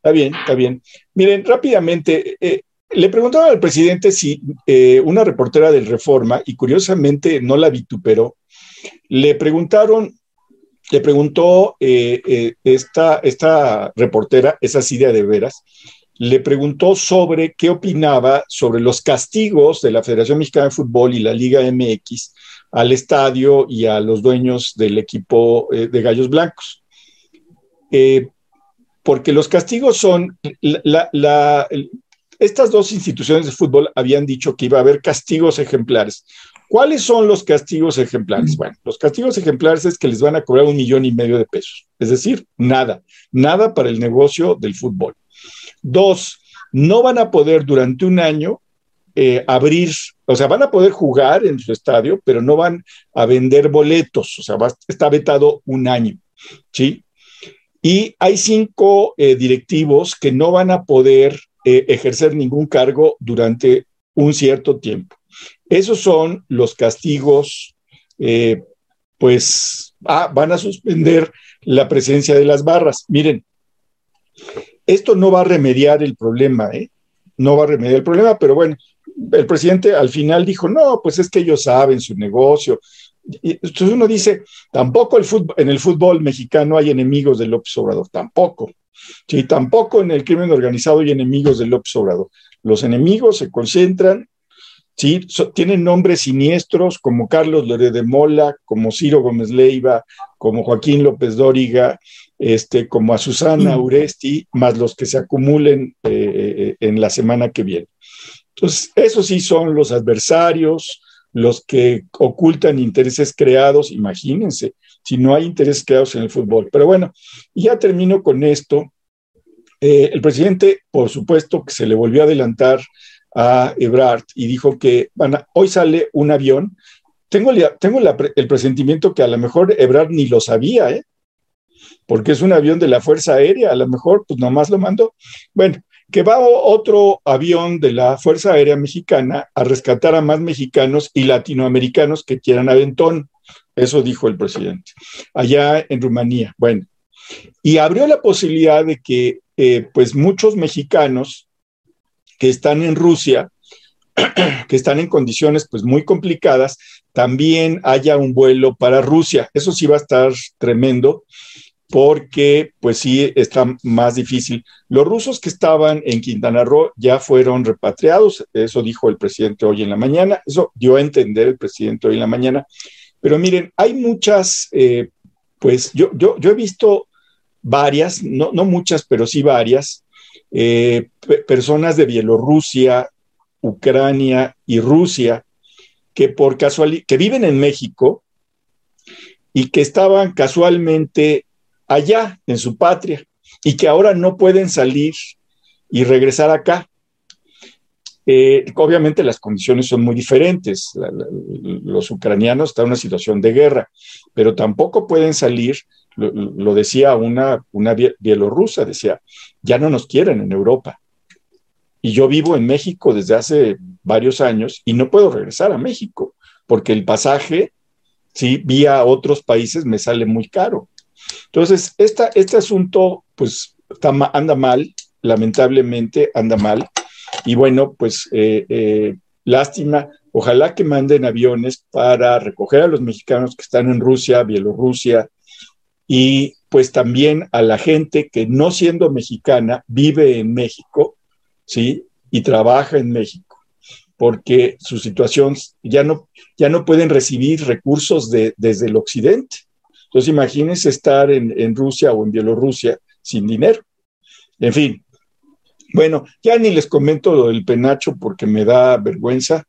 bien, está bien. Miren, rápidamente, le preguntaron al presidente si una reportera del Reforma, y curiosamente no la vituperó, le preguntó esta reportera, esa Siria de veras, le preguntó sobre qué opinaba sobre los castigos de la Federación Mexicana de Fútbol y la Liga MX al estadio y a los dueños del equipo de Gallos Blancos. Porque los castigos son, estas dos instituciones de fútbol habían dicho que iba a haber castigos ejemplares. ¿Cuáles son los castigos ejemplares? Bueno, los castigos ejemplares es que les van a cobrar 1,5 millones de pesos, es decir, nada para el negocio del fútbol. 2, no van a poder durante un año abrir, o sea, van a poder jugar en su estadio, pero no van a vender boletos, o sea, está vetado un año, ¿sí? Y hay 5 directivos que no van a poder ejercer ningún cargo durante un cierto tiempo. Esos son los castigos, van a suspender la presencia de las barras. Miren, esto no va a remediar el problema, no va a remediar el problema, pero bueno, el presidente al final dijo, no, pues es que ellos saben su negocio. Y entonces uno dice, tampoco en el fútbol mexicano hay enemigos de López Obrador, tampoco. Sí, tampoco en el crimen organizado hay enemigos de López Obrador. Los enemigos se concentran, ¿sí? Tienen nombres siniestros como Carlos Loret de Mola, como Ciro Gómez Leiva, como Joaquín López Dóriga, como a Susana Uresti, más los que se acumulen en la semana que viene. Entonces, esos sí son los adversarios, los que ocultan intereses creados. Imagínense, si no hay intereses creados en el fútbol. Pero bueno, ya termino con esto. El presidente, por supuesto, que se le volvió a adelantar a Ebrard y dijo que hoy sale un avión. Tengo el presentimiento que a lo mejor Ebrard ni lo sabía, porque es un avión de la Fuerza Aérea, a lo mejor pues nomás lo mandó. Bueno, que va otro avión de la Fuerza Aérea Mexicana a rescatar a más mexicanos y latinoamericanos que quieran aventón. Eso dijo el presidente, allá en Rumanía. Bueno, y abrió la posibilidad de que pues muchos mexicanos que están en Rusia, que están en condiciones pues muy complicadas, también haya un vuelo para Rusia. Eso sí va a estar tremendo, porque pues sí está más difícil. Los rusos que estaban en Quintana Roo ya fueron repatriados, eso dijo el presidente hoy en la mañana, eso dio a entender el presidente hoy en la mañana. Pero miren, hay muchas, pues yo he visto varias, no muchas, pero sí varias, personas de Bielorrusia, Ucrania y Rusia que por casualidad, que viven en México y que estaban casualmente allá en su patria y que ahora no pueden salir y regresar acá. Obviamente las condiciones son muy diferentes. Los ucranianos están en una situación de guerra, pero tampoco pueden salir. Lo decía una bielorrusa, decía, ya no nos quieren en Europa. Y yo vivo en México desde hace varios años y no puedo regresar a México porque el pasaje, sí, vía otros países me sale muy caro. Entonces, este asunto, pues, anda mal, lamentablemente anda mal. Y bueno, pues, lástima. Ojalá que manden aviones para recoger a los mexicanos que están en Rusia, Bielorrusia, y pues también a la gente que no siendo mexicana vive en México, ¿sí? Y trabaja en México, porque su situación ya no pueden recibir recursos desde el occidente. Entonces, imagínense estar en Rusia o en Bielorrusia sin dinero. En fin, bueno, ya ni les comento lo del penacho porque me da vergüenza.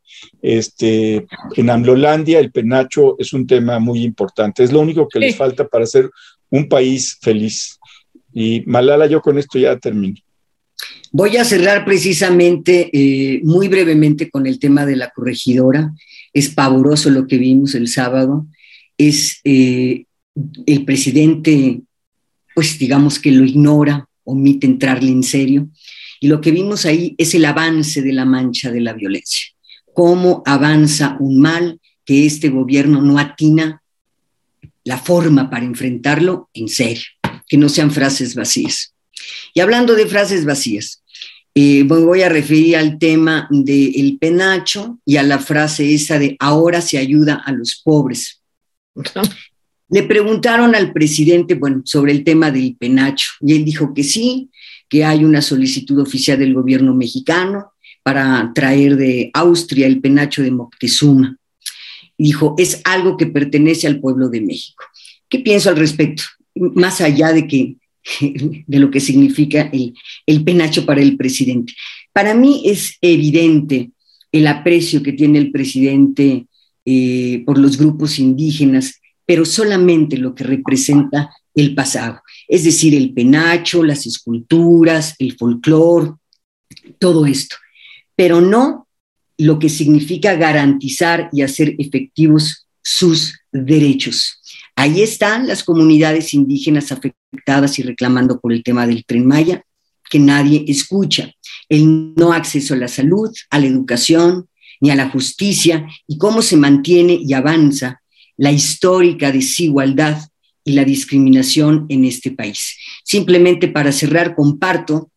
En AMLOlandia el penacho es un tema muy importante. Es lo único que les falta para ser un país feliz. Y Malala, yo con esto ya termino. Voy a cerrar precisamente muy brevemente con el tema de la corregidora. Es pavoroso lo que vimos el sábado. Es el presidente, pues digamos que lo ignora, omite entrarle en serio. Y lo que vimos ahí es el avance de la mancha de la violencia. Cómo avanza un mal que este gobierno no atina la forma para enfrentarlo en serio, que no sean frases vacías. Y hablando de frases vacías, me voy a referir al tema del penacho y a la frase esa de ahora se ayuda a los pobres. Le preguntaron al presidente, bueno, sobre el tema del penacho, y él dijo que sí, que hay una solicitud oficial del gobierno mexicano para traer de Austria el penacho de Moctezuma. Y dijo, es algo que pertenece al pueblo de México. ¿Qué pienso al respecto? Más allá de lo que significa el penacho para el presidente. Para mí es evidente el aprecio que tiene el presidente por los grupos indígenas, pero solamente lo que representa el pasado, es decir, el penacho, las esculturas, el folclore, todo esto, pero no lo que significa garantizar y hacer efectivos sus derechos. Ahí están las comunidades indígenas afectadas y reclamando por el tema del Tren Maya, que nadie escucha, el no acceso a la salud, a la educación, ni a la justicia, y cómo se mantiene y avanza la histórica desigualdad y la discriminación en este país. Simplemente para cerrar, comparto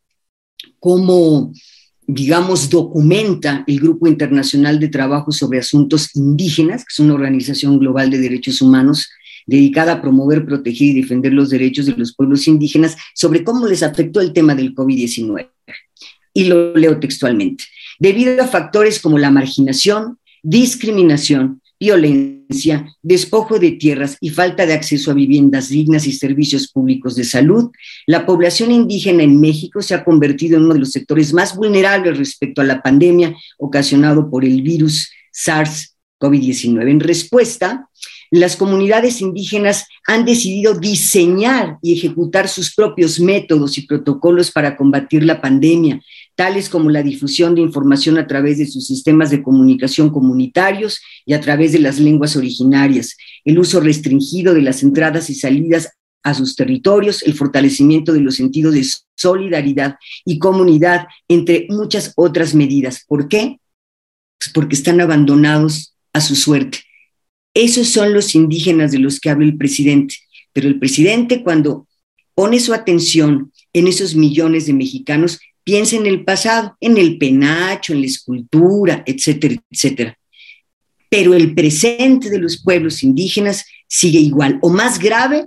cómo, digamos, documenta el Grupo Internacional de Trabajo sobre Asuntos Indígenas, que es una organización global de derechos humanos dedicada a promover, proteger y defender los derechos de los pueblos indígenas, sobre cómo les afectó el tema del COVID-19. Y lo leo textualmente. Debido a factores como la marginación, discriminación, violencia, despojo de tierras y falta de acceso a viviendas dignas y servicios públicos de salud, la población indígena en México se ha convertido en uno de los sectores más vulnerables respecto a la pandemia ocasionado por el virus SARS-CoV-19. En respuesta, las comunidades indígenas han decidido diseñar y ejecutar sus propios métodos y protocolos para combatir la pandemia, tales como la difusión de información a través de sus sistemas de comunicación comunitarios y a través de las lenguas originarias, el uso restringido de las entradas y salidas a sus territorios, el fortalecimiento de los sentidos de solidaridad y comunidad, entre muchas otras medidas. ¿Por qué? Pues porque están abandonados a su suerte. Esos son los indígenas de los que habla el presidente, pero el presidente, cuando pone su atención en esos millones de mexicanos, piensa en el pasado, en el penacho, en la escultura, etcétera, etcétera. Pero el presente de los pueblos indígenas sigue igual o más grave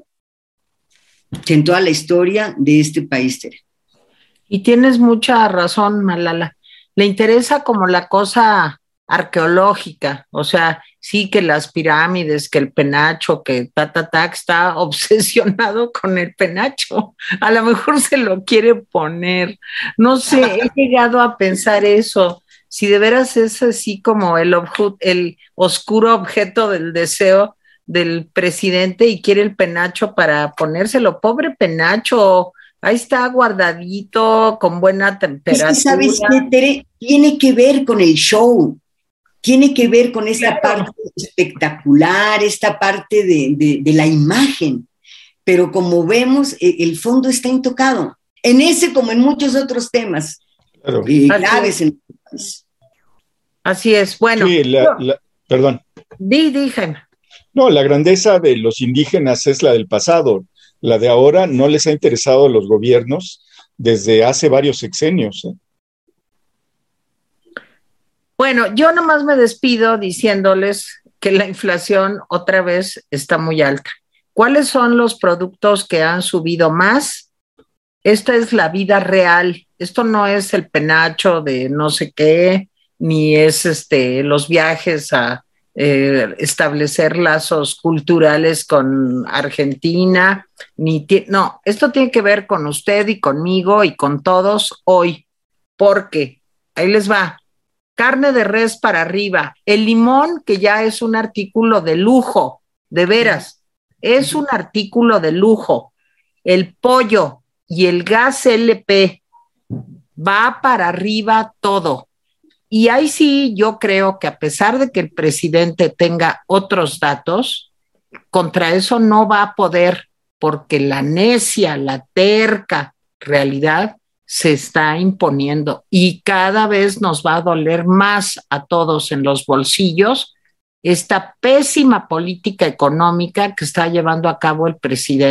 que en toda la historia de este país, Tere. Y tienes mucha razón, Malala. Le interesa como la cosa arqueológica, o sea, sí, que las pirámides, que el penacho, que está obsesionado con el penacho. A lo mejor se lo quiere poner. No sé, he llegado a pensar eso. Si de veras es así como el oscuro objeto del deseo del presidente y quiere el penacho para ponérselo. Pobre penacho, ahí está guardadito, con buena temperatura. Es que, ¿sabes qué, Tere? Tiene que ver con el show. Tiene que ver con esa parte espectacular, esta parte de la imagen, pero como vemos, el fondo está intocado, en ese como en muchos otros temas graves en el país. Así es, bueno. Sí, perdón. Jaime. No, la grandeza de los indígenas es la del pasado, la de ahora no les ha interesado a los gobiernos desde hace varios sexenios, ¿eh? Bueno, yo nomás me despido diciéndoles que la inflación otra vez está muy alta. ¿Cuáles son los productos que han subido más? Esta es la vida real. Esto no es el penacho de no sé qué, ni es los viajes a establecer lazos culturales con Argentina, no, esto tiene que ver con usted y conmigo y con todos hoy, porque ahí les va. Carne de res para arriba, el limón, que ya es un artículo de lujo, de veras, es un artículo de lujo, el pollo y el gas LP, va para arriba todo. Y ahí sí yo creo que a pesar de que el presidente tenga otros datos, contra eso no va a poder, porque la necia, la terca realidad se está imponiendo y cada vez nos va a doler más a todos en los bolsillos esta pésima política económica que está llevando a cabo el presidente.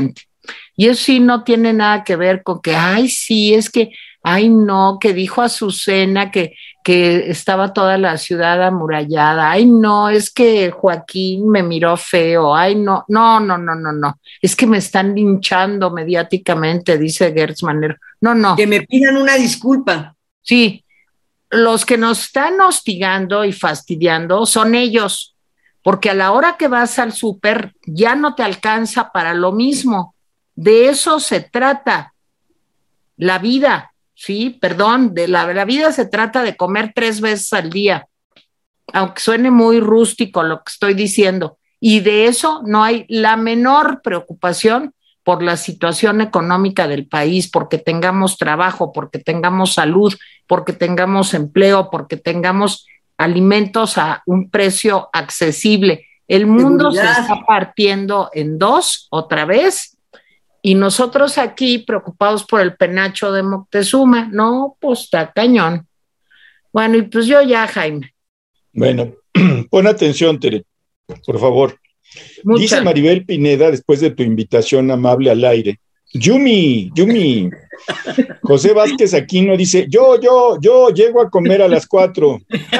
Y eso sí no tiene nada que ver con que, ay, sí, es que, ay, no, que dijo Azucena que estaba toda la ciudad amurallada, ay, no, es que Joaquín me miró feo, ay, no, no, no, no, no, no, es que me están linchando mediáticamente, dice Gertz Manero. No, no. Que me pidan una disculpa. Sí, los que nos están hostigando y fastidiando son ellos, porque a la hora que vas al súper ya no te alcanza para lo mismo. De eso se trata la vida, ¿sí? Perdón, de la vida se trata de comer 3 veces al día, aunque suene muy rústico lo que estoy diciendo. Y de eso no hay la menor preocupación por la situación económica del país, porque tengamos trabajo, porque tengamos salud, porque tengamos empleo, porque tengamos alimentos a un precio accesible. El mundo se está partiendo en dos otra vez y nosotros aquí preocupados por el penacho de Moctezuma. No, pues está cañón. Bueno, y pues yo ya, Jaime. Bueno, pon atención, Tere, por favor. Mucha. Dice Maribel Pineda, después de tu invitación amable al aire, Yumi, José Vázquez Aquino dice, yo llego a comer a las 4.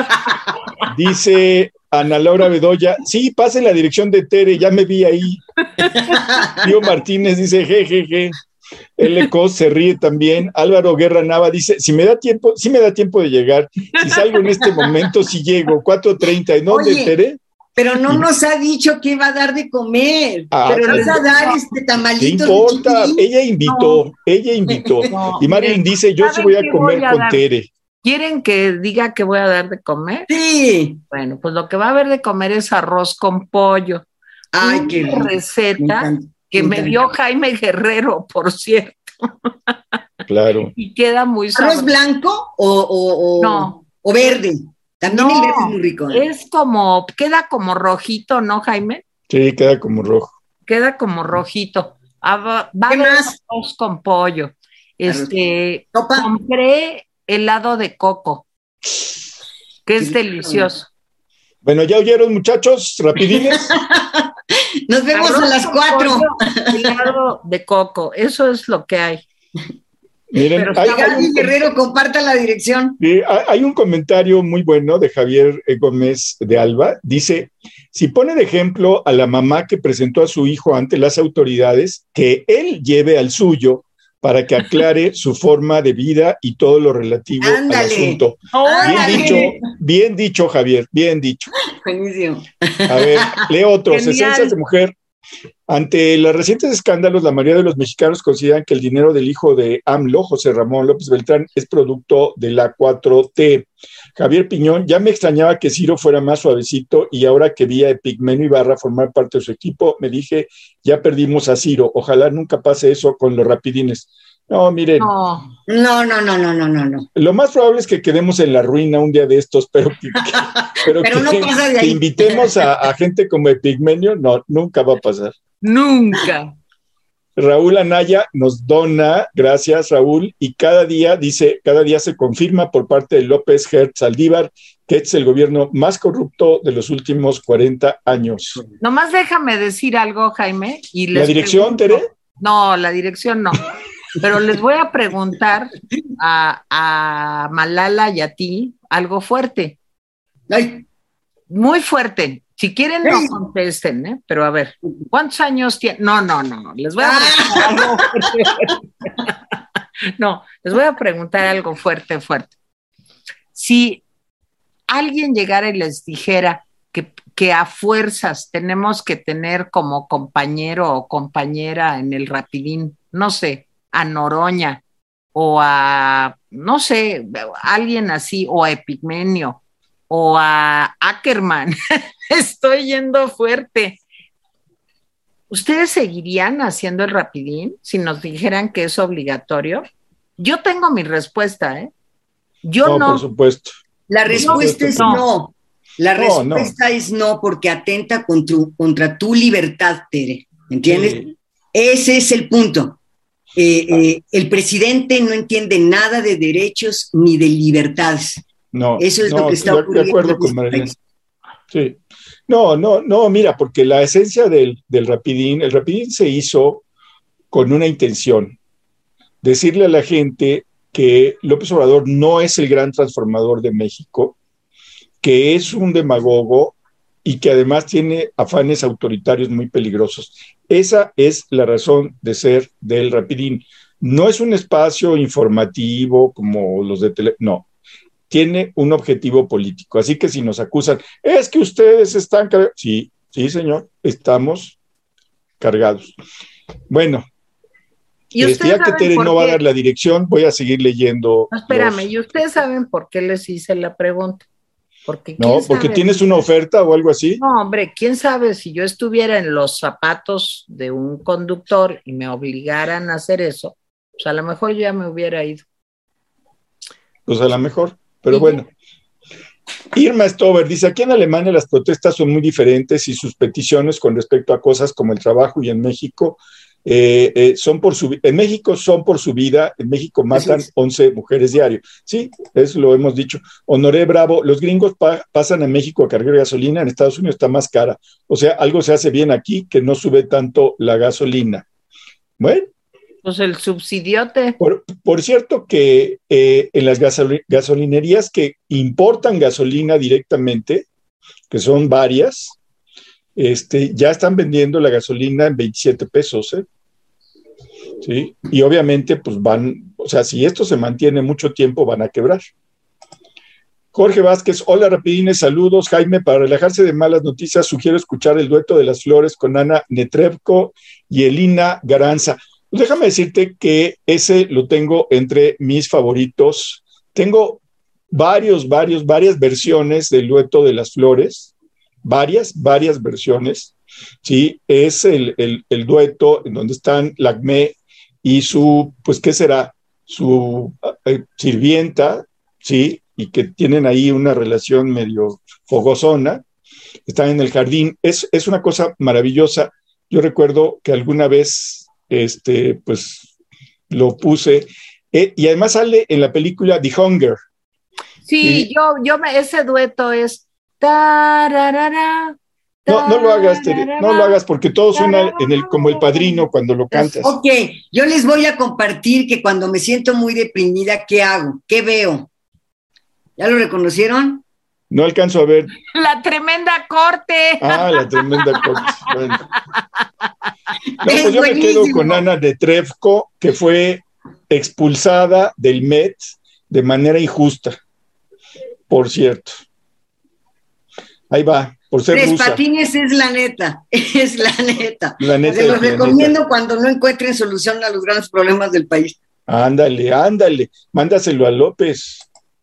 Dice Ana Laura Bedoya, sí, pase la dirección de Tere, ya me vi ahí. Tío Martínez dice, jejeje. L.Co. se ríe también. Álvaro Guerra Nava dice, sí me da tiempo de llegar. Si salgo en este momento, sí llego, 4:30. ¿En dónde, Tere? Pero no nos ha dicho qué va a dar de comer. Pero nos va a dar tamalitos. ¿Qué importa? Ella invitó. No, y Marilyn dice, yo sí voy a comer con Tere. ¿Quieren que diga que voy a dar de comer? Sí. Bueno, pues lo que va a haber de comer es arroz con pollo. Ay, qué receta que me dio Jaime Guerrero, por cierto. Claro. Y queda muy sabroso. ¿Arroz blanco no, o verde? También el verde es muy rico. Es queda como rojito, ¿no, Jaime? Sí, queda como rojo. Queda como rojito. Va a haber arroz con pollo. Compré helado de coco, que es delicioso. Bueno, ¿ya oyeron, muchachos? Rapidines. Nos vemos a las 4. Helado de coco, eso es lo que hay. Miren, Gaby Guerrero, comparta la dirección. Hay un comentario muy bueno de Javier Gómez de Alba. Dice, si pone de ejemplo a la mamá que presentó a su hijo ante las autoridades, que él lleve al suyo para que aclare su forma de vida y todo lo relativo al asunto. Bien dicho, Javier, bien dicho. Buenísimo. A ver, leo otros. Esencias de mujer. Ante los recientes escándalos, la mayoría de los mexicanos consideran que el dinero del hijo de AMLO, José Ramón López Beltrán, es producto de la 4T. Javier Piñón, ya me extrañaba que Ciro fuera más suavecito y ahora que vi a Epigmenio Ibarra formar parte de su equipo, me dije, ya perdimos a Ciro. Ojalá nunca pase eso con los rapidines. No, miren. No. Lo más probable es que quedemos en la ruina un día de estos, pero no pasa de ahí. Que invitemos a gente como Epigmenio, no, nunca va a pasar. Nunca. Raúl Anaya nos dona, gracias Raúl, y cada día se confirma por parte de López Hertz Saldívar que es el gobierno más corrupto de los últimos 40 años. Nomás déjame decir algo, Jaime. ¿La dirección, Tere? No, la dirección no. Pero les voy a preguntar a Malala y a ti algo fuerte. Ay. Muy fuerte. Si quieren, no contesten, ¿eh? Pero a ver, ¿cuántos años tiene? No, les voy a preguntar algo fuerte. No, les voy a preguntar algo fuerte. Si alguien llegara y les dijera que a fuerzas tenemos que tener como compañero o compañera en el Rapidín, no sé, a Noroña o a, no sé, alguien así, o a Epigmenio o a Ackerman, estoy yendo fuerte. ¿Ustedes seguirían haciendo el Rapidín si nos dijeran que es obligatorio? Yo tengo mi respuesta, ¿eh? Yo no. Por supuesto. La respuesta es no. La respuesta es no, porque atenta contra tu libertad, Tere. ¿Entiendes? Sí. Ese es el punto. El presidente no entiende nada de derechos ni de libertades. No, eso es lo que está ocurriendo. De acuerdo con Marilyn. Sí. No, mira, porque la esencia del Rapidín, el Rapidín se hizo con una intención: decirle a la gente que López Obrador no es el gran transformador de México, que es un demagogo y que además tiene afanes autoritarios muy peligrosos. Esa es la razón de ser del Rapidín. No es un espacio informativo como los de tele, no. Tiene un objetivo político. Así que si nos acusan, es que ustedes están cargados. Sí, sí, señor, estamos cargados. Bueno, ya que Tere no va a dar la dirección, voy a seguir leyendo. No, espérame, ¿y ustedes saben por qué les hice la pregunta? Porque tienes una oferta o algo así. No, hombre, quién sabe si yo estuviera en los zapatos de un conductor y me obligaran a hacer eso, pues a lo mejor yo ya me hubiera ido. Pues a lo mejor, pero bueno. Irma Stover dice, aquí en Alemania las protestas son muy diferentes y sus peticiones con respecto a cosas como el trabajo, y en México en México son por su vida, en México matan 11 mujeres diario. Sí, eso lo hemos dicho. Honoré Bravo, los gringos pasan a México a cargar gasolina, en Estados Unidos está más cara. O sea, algo se hace bien aquí que no sube tanto la gasolina. Bueno. Pues el subsidiote. Por cierto que en las gasolinerías que importan gasolina directamente, que son varias, ya están vendiendo la gasolina en 27 pesos, ¿eh? ¿Sí? Y obviamente, pues si esto se mantiene mucho tiempo, van a quebrar. Jorge Vázquez, hola Rapidines, saludos. Jaime, para relajarse de malas noticias, sugiero escuchar el dueto de las flores con Ana Netrebko y Elina Garanza. Pues déjame decirte que ese lo tengo entre mis favoritos. Tengo varias versiones del dueto de las flores, varias versiones, ¿sí? Es el dueto en donde están Lacmé y su, pues, ¿qué será? Su sirvienta, ¿sí? Y que tienen ahí una relación medio fogosona, están en el jardín. Es una cosa maravillosa. Yo recuerdo que alguna vez, pues, lo puse, y además sale en la película The Hunger. Sí, ese dueto es tararara, no lo hagas, Tere, no lo hagas porque todo suena como El Padrino cuando lo cantas. Ok, yo les voy a compartir que cuando me siento muy deprimida, ¿qué hago? ¿Qué veo? ¿Ya lo reconocieron? No alcanzo a ver. La Tremenda Corte. La Tremenda Corte. Bueno. No, pues yo me quedo con Ana Netrebko, que fue expulsada del Met de manera injusta, por cierto. Ahí va, por ser Tres rusa. Patines es la neta, es la neta. La neta Se los recomiendo cuando no encuentren solución a los grandes problemas del país. Ándale, mándaselo a López.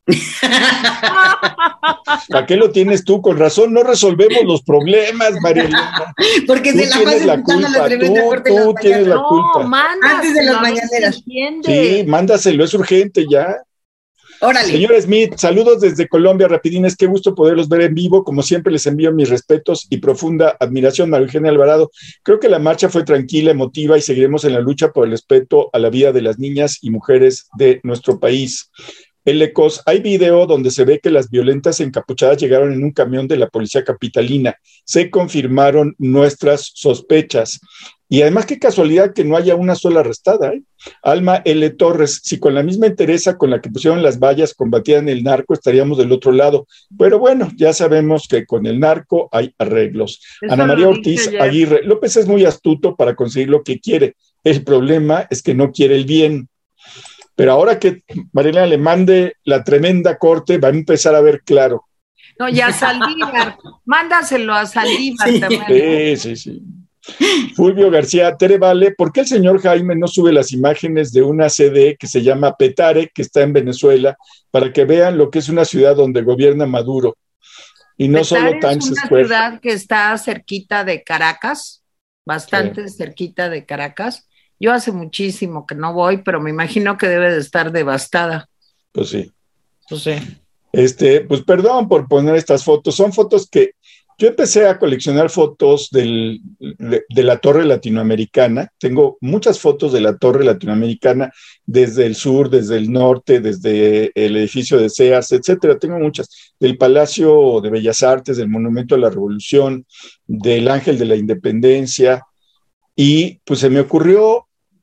¿Para qué lo tienes tú? Con razón, no resolvemos los problemas, María Elena. Porque se la tienes la culpa, tú tienes la culpa. Antes de las mañaneras. Sí, mándaselo, es urgente ya. Órale. Señor Smith, saludos desde Colombia, Rapidines, qué gusto poderlos ver en vivo. Como siempre, les envío mis respetos y profunda admiración. María Eugenia Alvarado, creo que la marcha fue tranquila, emotiva y seguiremos en la lucha por el respeto a la vida de las niñas y mujeres de nuestro país. Elecos, hay video donde se ve que las violentas encapuchadas llegaron en un camión de la policía capitalina. Se confirmaron nuestras sospechas. Y además, qué casualidad que no haya una sola arrestada, ¿eh? Alma L. Torres, si con la misma entereza con la que pusieron las vallas combatían el narco, estaríamos del otro lado. Pero bueno, ya sabemos que con el narco hay arreglos. Eso Ana María Ortiz Aguirre, López es muy astuto para conseguir lo que quiere. El problema es que no quiere el bien. Pero ahora que Marilena le mande la Tremenda Corte, va a empezar a ver claro. No, y a Saldívar, mándaselo a Saldívar también. Sí. Fulvio García, Tere Vale, ¿por qué el señor Jaime no sube las imágenes de una CD que se llama Petare, que está en Venezuela, para que vean lo que es una ciudad donde gobierna Maduro? Y no Petare solo Times Square. Es una ciudad que está cerquita de Caracas, bastante cerquita de Caracas. Yo hace muchísimo que no voy, pero me imagino que debe de estar devastada. Pues sí. Pues sí. Pues perdón por poner estas fotos. Son fotos que yo empecé a coleccionar fotos de la Torre Latinoamericana. Tengo muchas fotos de la Torre Latinoamericana desde el sur, desde el norte, desde el edificio de Sears, etcétera. Tengo muchas. Del Palacio de Bellas Artes, del Monumento a la Revolución, del Ángel de la Independencia. Y pues se me ocurrió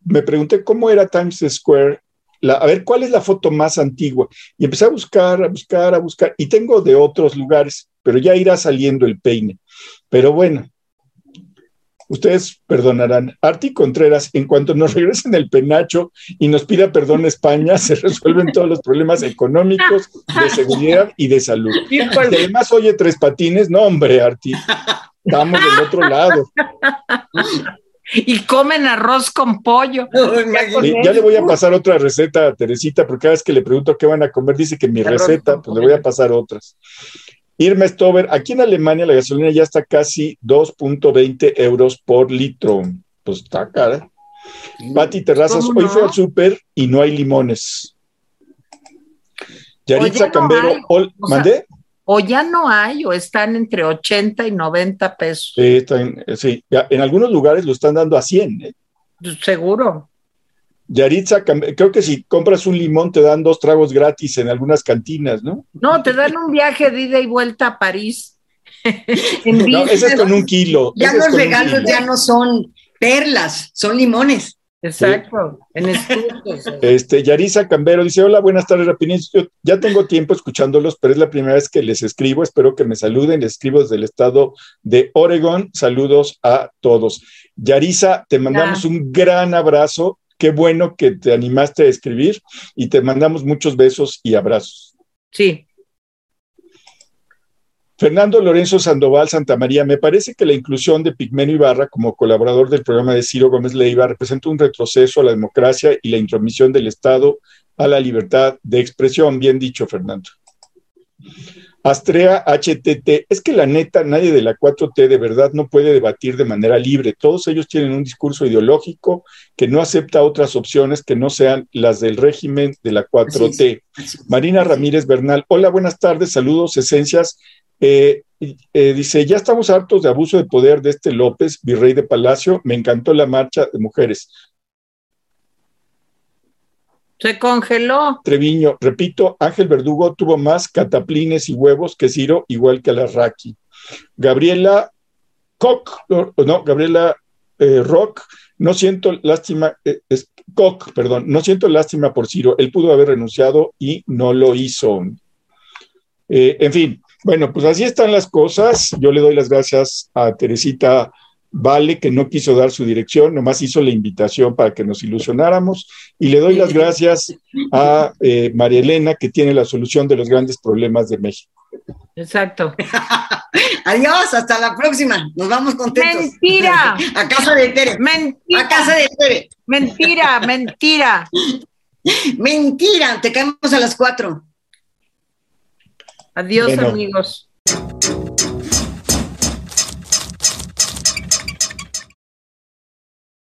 me pregunté cómo era Times Square, a ver cuál es la foto más antigua. Y empecé a buscar, y tengo de otros lugares, pero ya irá saliendo el peine. Pero bueno, ustedes perdonarán. Arti Contreras, en cuanto nos regresen el penacho y nos pida perdón a España, se resuelven todos los problemas económicos, de seguridad y de salud. Y además oye Tres Patines, no hombre, Arti, estamos del otro lado. Y comen arroz con pollo. Ya le voy a pasar otra receta a Teresita, porque cada vez que le pregunto qué van a comer, dice que mi receta, pues le voy a pasar otras. Irma Stover, aquí en Alemania la gasolina ya está casi 2.20 euros por litro. Pues está cara. Pati Terrazas, hoy fue al súper y no hay limones. Yaritza Cambero, ¿mandé? O ya no hay, o están entre 80 y 90 pesos. Sí, en algunos lugares lo están dando a 100. Seguro. Yaritza, creo que si compras un limón te dan 2 tragos gratis en algunas cantinas, ¿no? No, te dan un viaje de ida y vuelta a París. No, ese es con 1 kilo. Ya los regalos ya no son perlas, son limones. Exacto, sí. En estudios. Yaritza Cambero dice, hola, buenas tardes, Rapines. Yo ya tengo tiempo escuchándolos, pero es la primera vez que les escribo. Espero que me saluden. Les escribo desde el estado de Oregón. Saludos a todos. Yaritza, te mandamos un gran abrazo. Qué bueno que te animaste a escribir y te mandamos muchos besos y abrazos. Sí. Fernando Lorenzo Sandoval Santamaría, me parece que la inclusión de Pigmenio Ibarra como colaborador del programa de Ciro Gómez Leiva representa un retroceso a la democracia y la intromisión del Estado a la libertad de expresión. Bien dicho, Fernando. Astrea HTT, es que la neta, nadie de la 4T de verdad no puede debatir de manera libre. Todos ellos tienen un discurso ideológico que no acepta otras opciones que no sean las del régimen de la 4T. Marina Ramírez Bernal, hola, buenas tardes, saludos, esencias. Dice, ya estamos hartos de abuso de poder de este López, virrey de Palacio. Me encantó la marcha de mujeres. Se congeló. Treviño, repito, Ángel Verdugo tuvo más cataplines y huevos que Ciro, igual que Alarraqui. Gabriela Rock, no siento lástima, no siento lástima por Ciro, él pudo haber renunciado y no lo hizo. En fin, bueno, pues así están las cosas. Yo le doy las gracias a Teresita Vale, que no quiso dar su dirección, nomás hizo la invitación para que nos ilusionáramos, y le doy las gracias a María Elena, que tiene la solución de los grandes problemas de México. Exacto. Adiós, hasta la próxima. Nos vamos contentos. Mentira. A casa de Tere. Mentira. A casa de Tere. Mentira, mentira. Mentira, te caemos a las 4. Adiós, amigos.